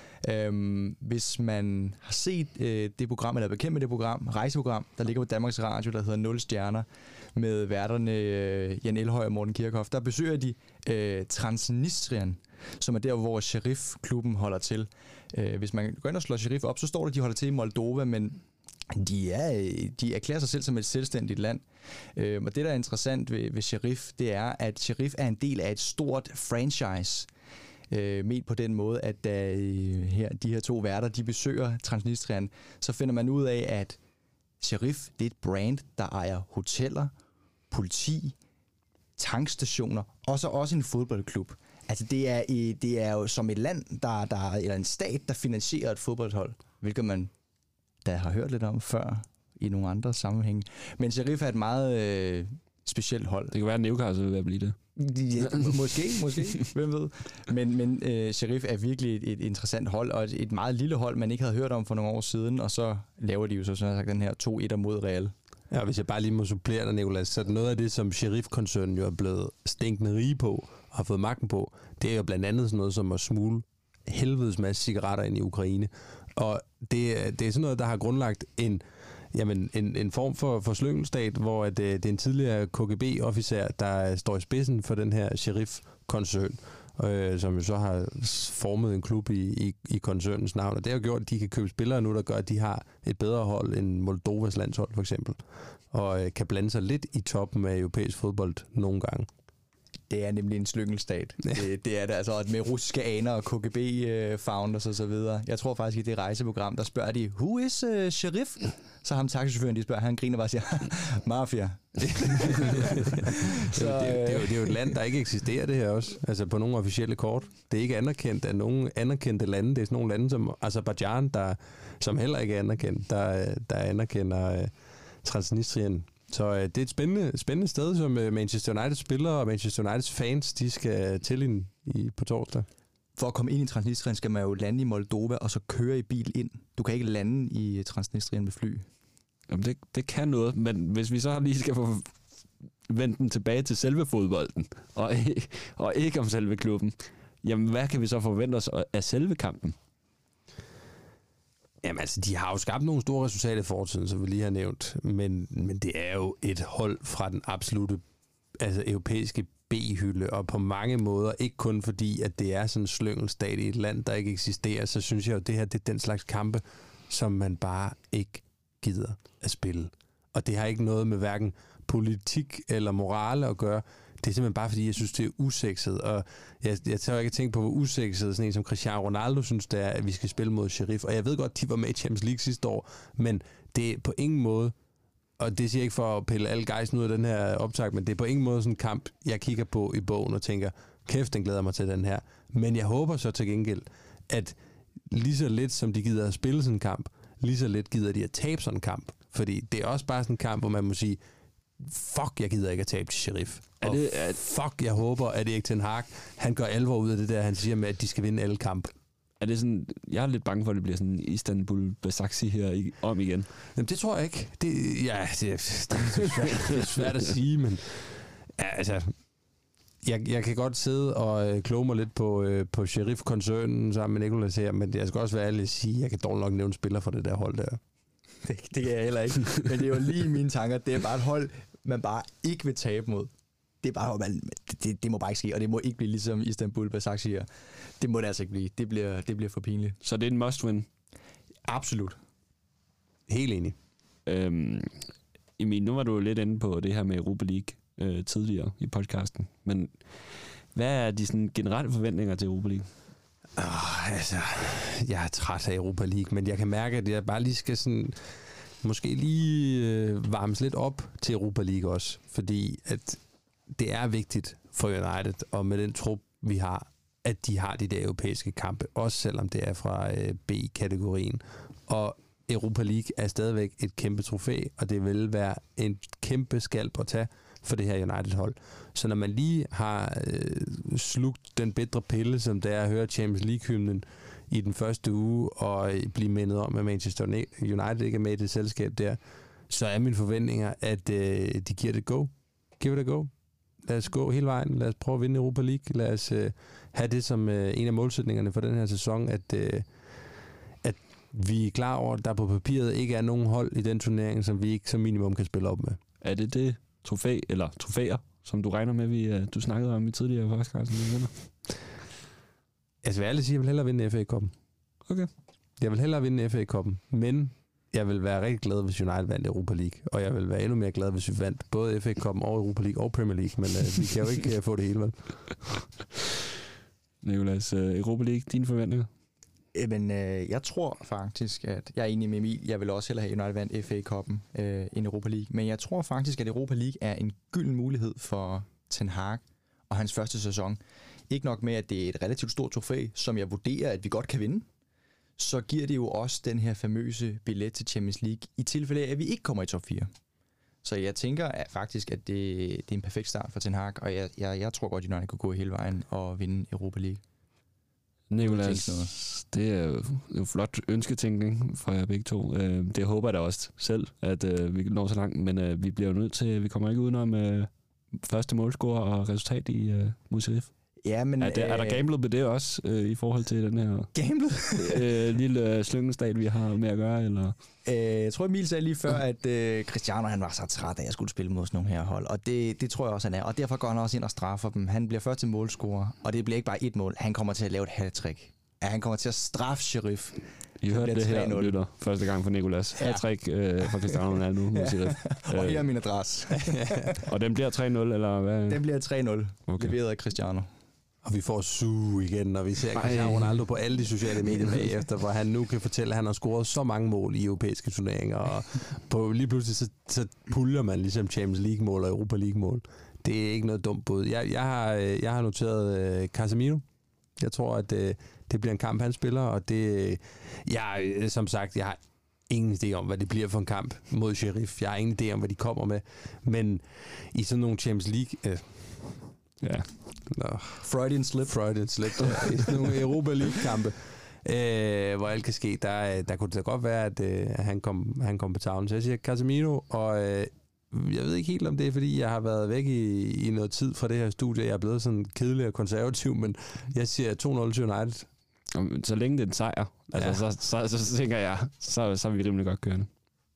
Øhm, hvis man har set øh, det program, eller er bekendt med det program, rejseprogram, der ligger på Danmarks Radio, der hedder Nul Stjerner, med værterne øh, Jan Elhøj og Morten Kirchhoff, der besøger de øh, Transnistrien, som er der, hvor Sheriff-klubben holder til. Øh, hvis man går ind og slår Sheriff op, så står der, de holder til i Moldova, men de, er, de erklærer sig selv som et selvstændigt land. Øh, og det, der er interessant ved, ved Sheriff, det er, at Sheriff er en del af et stort franchise, Øh, med på den måde, at da øh, her, de her to værter, de besøger Transnistrien, så finder man ud af, at Sheriff, det er et brand, der ejer hoteller, politi, tankstationer, og så også en fodboldklub. Altså det er, øh, det er jo som et land, der, der, eller en stat, der finansierer et fodboldhold, hvilket man da har hørt lidt om før i nogle andre sammenhænge. Men Sheriff er et meget øh, specielt hold. Det kan være, at Newcastle vil være blive det. Ja, måske, måske, hvem ved. Men, men øh, Sheriff er virkelig et, et interessant hold, og et, et meget lille hold, man ikke havde hørt om for nogle år siden, og så laver de jo så sådan sagt den her to et mod Real. Ja, hvis jeg bare lige må supplere dig, Nicolas, så noget af det, som Sheriff-koncernen jo er blevet stinkende rige på, og har fået magten på, det er jo blandt andet sådan noget som at smule helvedes masse cigaretter ind i Ukraine. Og det, det er sådan noget, der har grundlagt en Jamen, en, en form for, for slyngelstat, hvor at, øh, det er en tidligere K G B-officer, der står i spidsen for den her Sheriff-koncern, øh, som jo så har formet en klub i, i, i koncernens navn. Og det har gjort, at de kan købe spillere nu, der gør, at de har et bedre hold end Moldovas landshold, for eksempel. Og øh, kan blande sig lidt i toppen af europæisk fodbold nogle gange. Det er nemlig en slyngelstat. Ja. Det, det er det, altså med russiske aner og K G B-founders og så videre. Jeg tror faktisk, i det rejseprogram, der spørger de, who is uh, Sheriff? Så ham taxichaufføren, de spørger, han griner bare og siger, mafia. så, det, er, det, er jo, det er jo et land, der ikke eksisterer, det her også. Altså på nogle officielle kort. Det er ikke anerkendt af nogle anerkendte lande. Det er sådan nogle lande som Aserbajdsjan, der, som heller ikke er anerkendt, der, der anerkender uh, Transnistrien. Så øh, det er et spændende, spændende sted, som øh, Manchester United spillere og Manchester Uniteds fans, de skal til ind i, på torsdag. For at komme ind i Transnistrien skal man jo lande i Moldova og så køre i bil ind. Du kan ikke lande i Transnistrien med fly. Jamen det, det kan noget, men hvis vi så lige skal få vendt den tilbage til selve fodbolden, og, og ikke om selve klubben, jamen hvad kan vi så forvente os af selve kampen? Jamen altså, de har jo skabt nogle store resultater i fortiden, som vi lige har nævnt, men, men det er jo et hold fra den absolute altså, europæiske B-hylde, og på mange måder, ikke kun fordi, at det er sådan en slyngelstat i et land, der ikke eksisterer, så synes jeg jo, at det her det er den slags kampe, som man bare ikke gider at spille. Og det har ikke noget med hverken politik eller morale at gøre. Det er simpelthen bare fordi, jeg synes, det er usekset, og jeg, jeg tør ikke at tænke på, hvor usekset sådan en som Cristiano Ronaldo synes, det er, at vi skal spille mod Sheriff. Og jeg ved godt, de var med i Champions League sidste år, men det er på ingen måde, og det siger jeg ikke for at pille alle gejsen ud af den her optag, men det er på ingen måde sådan en kamp, jeg kigger på i bogen og tænker, kæft, den glæder mig til den her. Men jeg håber så til gengæld, at lige så lidt som de gider at spille sådan en kamp, lige så lidt gider de at tabe sådan en kamp. Fordi det er også bare sådan en kamp, hvor man må sige, fuck, jeg gider ikke at tabe til Sheriff. Er det, er, fuck, jeg håber, at Erik Ten Hag, han gør alvor ud af det der, han siger med, at de skal vinde alle kamp. Er det sådan, jeg er lidt bange for, at det bliver sådan Istanbul Basaksehir her i, om igen. Jamen, det tror jeg ikke. Det, ja, det, det, det, er svært, det er svært at sige, men ja, altså, jeg, jeg kan godt sidde og øh, kloge mig lidt på, øh, på Sheriff-koncernen sammen med Nicolas her, men jeg skal også være ærlig at sige, at jeg kan dårligt nok nævne spiller for det der hold der. det, det kan jeg heller ikke. Men det var lige i mine tanker. Det er bare et hold, man bare ikke vil tabe mod. Det er bare, man, det, det må bare ikke ske, og det må ikke blive ligesom Istanbul Basak siger. Det må det altså ikke blive. Det bliver, det bliver for pinligt. Så det er en must-win? Absolut. Helt enig. Øhm, Emil, nu var du lidt inde på det her med Europa League øh, tidligere i podcasten, men hvad er de sådan, generelle forventninger til Europa League? Oh, altså, jeg er træt af Europa League, men jeg kan mærke, at jeg bare lige skal sådan, måske lige øh, varmes lidt op til Europa League også, fordi at det er vigtigt for United, og med den trup, vi har, at de har de der europæiske kampe, også selvom det er fra øh, B-kategorien. Og Europa League er stadigvæk et kæmpe trofæ, og det vil være en kæmpe skalp at tage for det her United-hold. Så når man lige har øh, slugt den bedre pille, som det er at høre Champions League-hymnen i den første uge, og blive mindet om, at Manchester United ikke er med i det selskab der, så er mine forventninger, at øh, de giver det go. Give it a go. Lad os gå hele vejen. Lad os prøve at vinde Europa League. Lad os øh, have det som øh, en af målsætningerne for den her sæson, at, øh, at vi er klar over, at der på papiret ikke er nogen hold i den turnering, som vi ikke som minimum kan spille op med. Er det det trofæ, eller trofæer, som du regner med, vi, uh, du snakkede om i tidligere podcast? Altså, jeg vil sige, jeg vil hellere vinde F A-koppen. Okay. Jeg vil hellere vinde F A-koppen, men jeg vil være rigtig glad, hvis United vandt Europa League, og jeg vil være endnu mere glad, hvis vi vandt både F A-koppen og Europa League og Premier League, men uh, vi kan jo ikke uh, få det hele, vel? Nicolas, uh, Europa League, dine forventninger? Jamen, øh, jeg tror faktisk, at jeg er enig med Emil. Jeg vil også hellere have United vandt F A-koppen øh, end Europa League. Men jeg tror faktisk, at Europa League er en gylden mulighed for Ten Hag og hans første sæson. Ikke nok med, at det er et relativt stort trofæ, som jeg vurderer, at vi godt kan vinde. Så giver det jo også den her famøse billet til Champions League, i tilfælde af, at vi ikke kommer i top fire. Så jeg tænker at faktisk, at det, det er en perfekt start for Ten Hag, og jeg, jeg, jeg tror godt, at United kunne gå hele vejen og vinde Europa League. Nicolas, det er jo en flot ønsketænkning fra jer begge to. Det håber jeg da også selv, at vi når så langt, men vi bliver jo nødt til, vi kommer ikke udenom første målscore og resultat i mod Sheriff. Ja, men, er, der, er der gamblet på det også, øh, i forhold til den her gamblet? øh, lille slyngenstat, vi har med at gøre? Eller? Øh, jeg tror, Emil sagde lige før, at øh, Cristiano han var så træt af, at jeg skulle spille mod sådan nogle her hold. Og det, det tror jeg også, han er. Og derfor går han også ind og straffer dem. Han bliver først til målscorer, og det bliver ikke bare et mål. Han kommer til at lave et hat-trick. Ja, han kommer til at straffe Sheriff. I hørte det her, lytter, første gang for Nicolas. Ja. Hat-trick øh, for Cristiano Ronaldo mod Sheriff. Og her er min adresse. Og den bliver tre nul, eller hvad? Den bliver tre nul, okay. Leveret af Cristiano. Og vi får suge igen, og vi ser Cristiano Ronaldo på alle de sociale medier bagefter, hvor han nu kan fortælle, at han har scoret så mange mål i europæiske turneringer, og på, lige pludselig så, så puljer man ligesom Champions League-mål og Europa League-mål. Det er ikke noget dumt bud. Jeg, jeg, har, jeg har noteret uh, Casemiro. Jeg tror, at uh, det bliver en kamp, han spiller, og det, jeg, som sagt, jeg har ingen idé om, hvad det bliver for en kamp mod Sheriff. Jeg har ingen idé om, hvad de kommer med. Men i sådan nogle Champions League... Uh, ja... Nå. Freudian slip. Freudian slip. Ja. I sådan nogle Europa League-kampe, øh, hvor alt kan ske, der, der kunne det da godt være, at øh, han, kom, han kom på tavlen. Så jeg siger Casemiro, og øh, jeg ved ikke helt, om det er, fordi jeg har været væk i, i noget tid fra det her studie. Jeg er blevet sådan kedelig og konservativ, men jeg siger to nul til United. Så længe det er en sejr, altså, ja. så, så, så, så tænker jeg, så, så er vi rimelig godt kørende.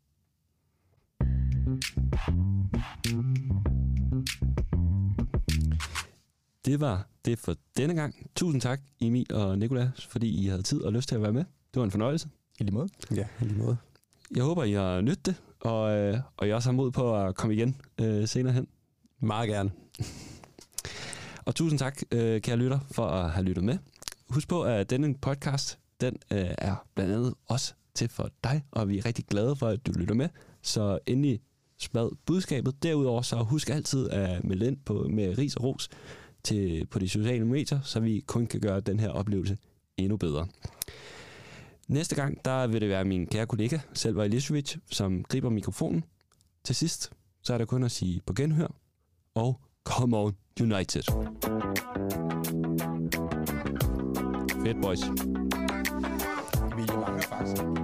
Det var det for denne gang. Tusind tak, Emil og Nicolas, fordi I havde tid og lyst til at være med. Det var en fornøjelse. I lige måde. Ja, i lige måde. Jeg håber, I har nydt det, og, øh, og jeg også har mod på at komme igen øh, senere hen. Meget gerne. Og tusind tak, øh, kære lytter, for at have lyttet med. Husk på, at denne podcast, den øh, er blandt andet også til for dig, og vi er rigtig glade for, at du lytter med. Så endelig spred budskabet. Derudover så husk altid at melde ind på, med ris og ros til, på de sociale medier, så vi kun kan gøre den her oplevelse endnu bedre. Næste gang, der vil det være min kære kollega, Selva Ilišević, som griber mikrofonen. Til sidst, så er der kun at sige på genhør, og come on United. Fedt, boys. Vi mangler faktisk.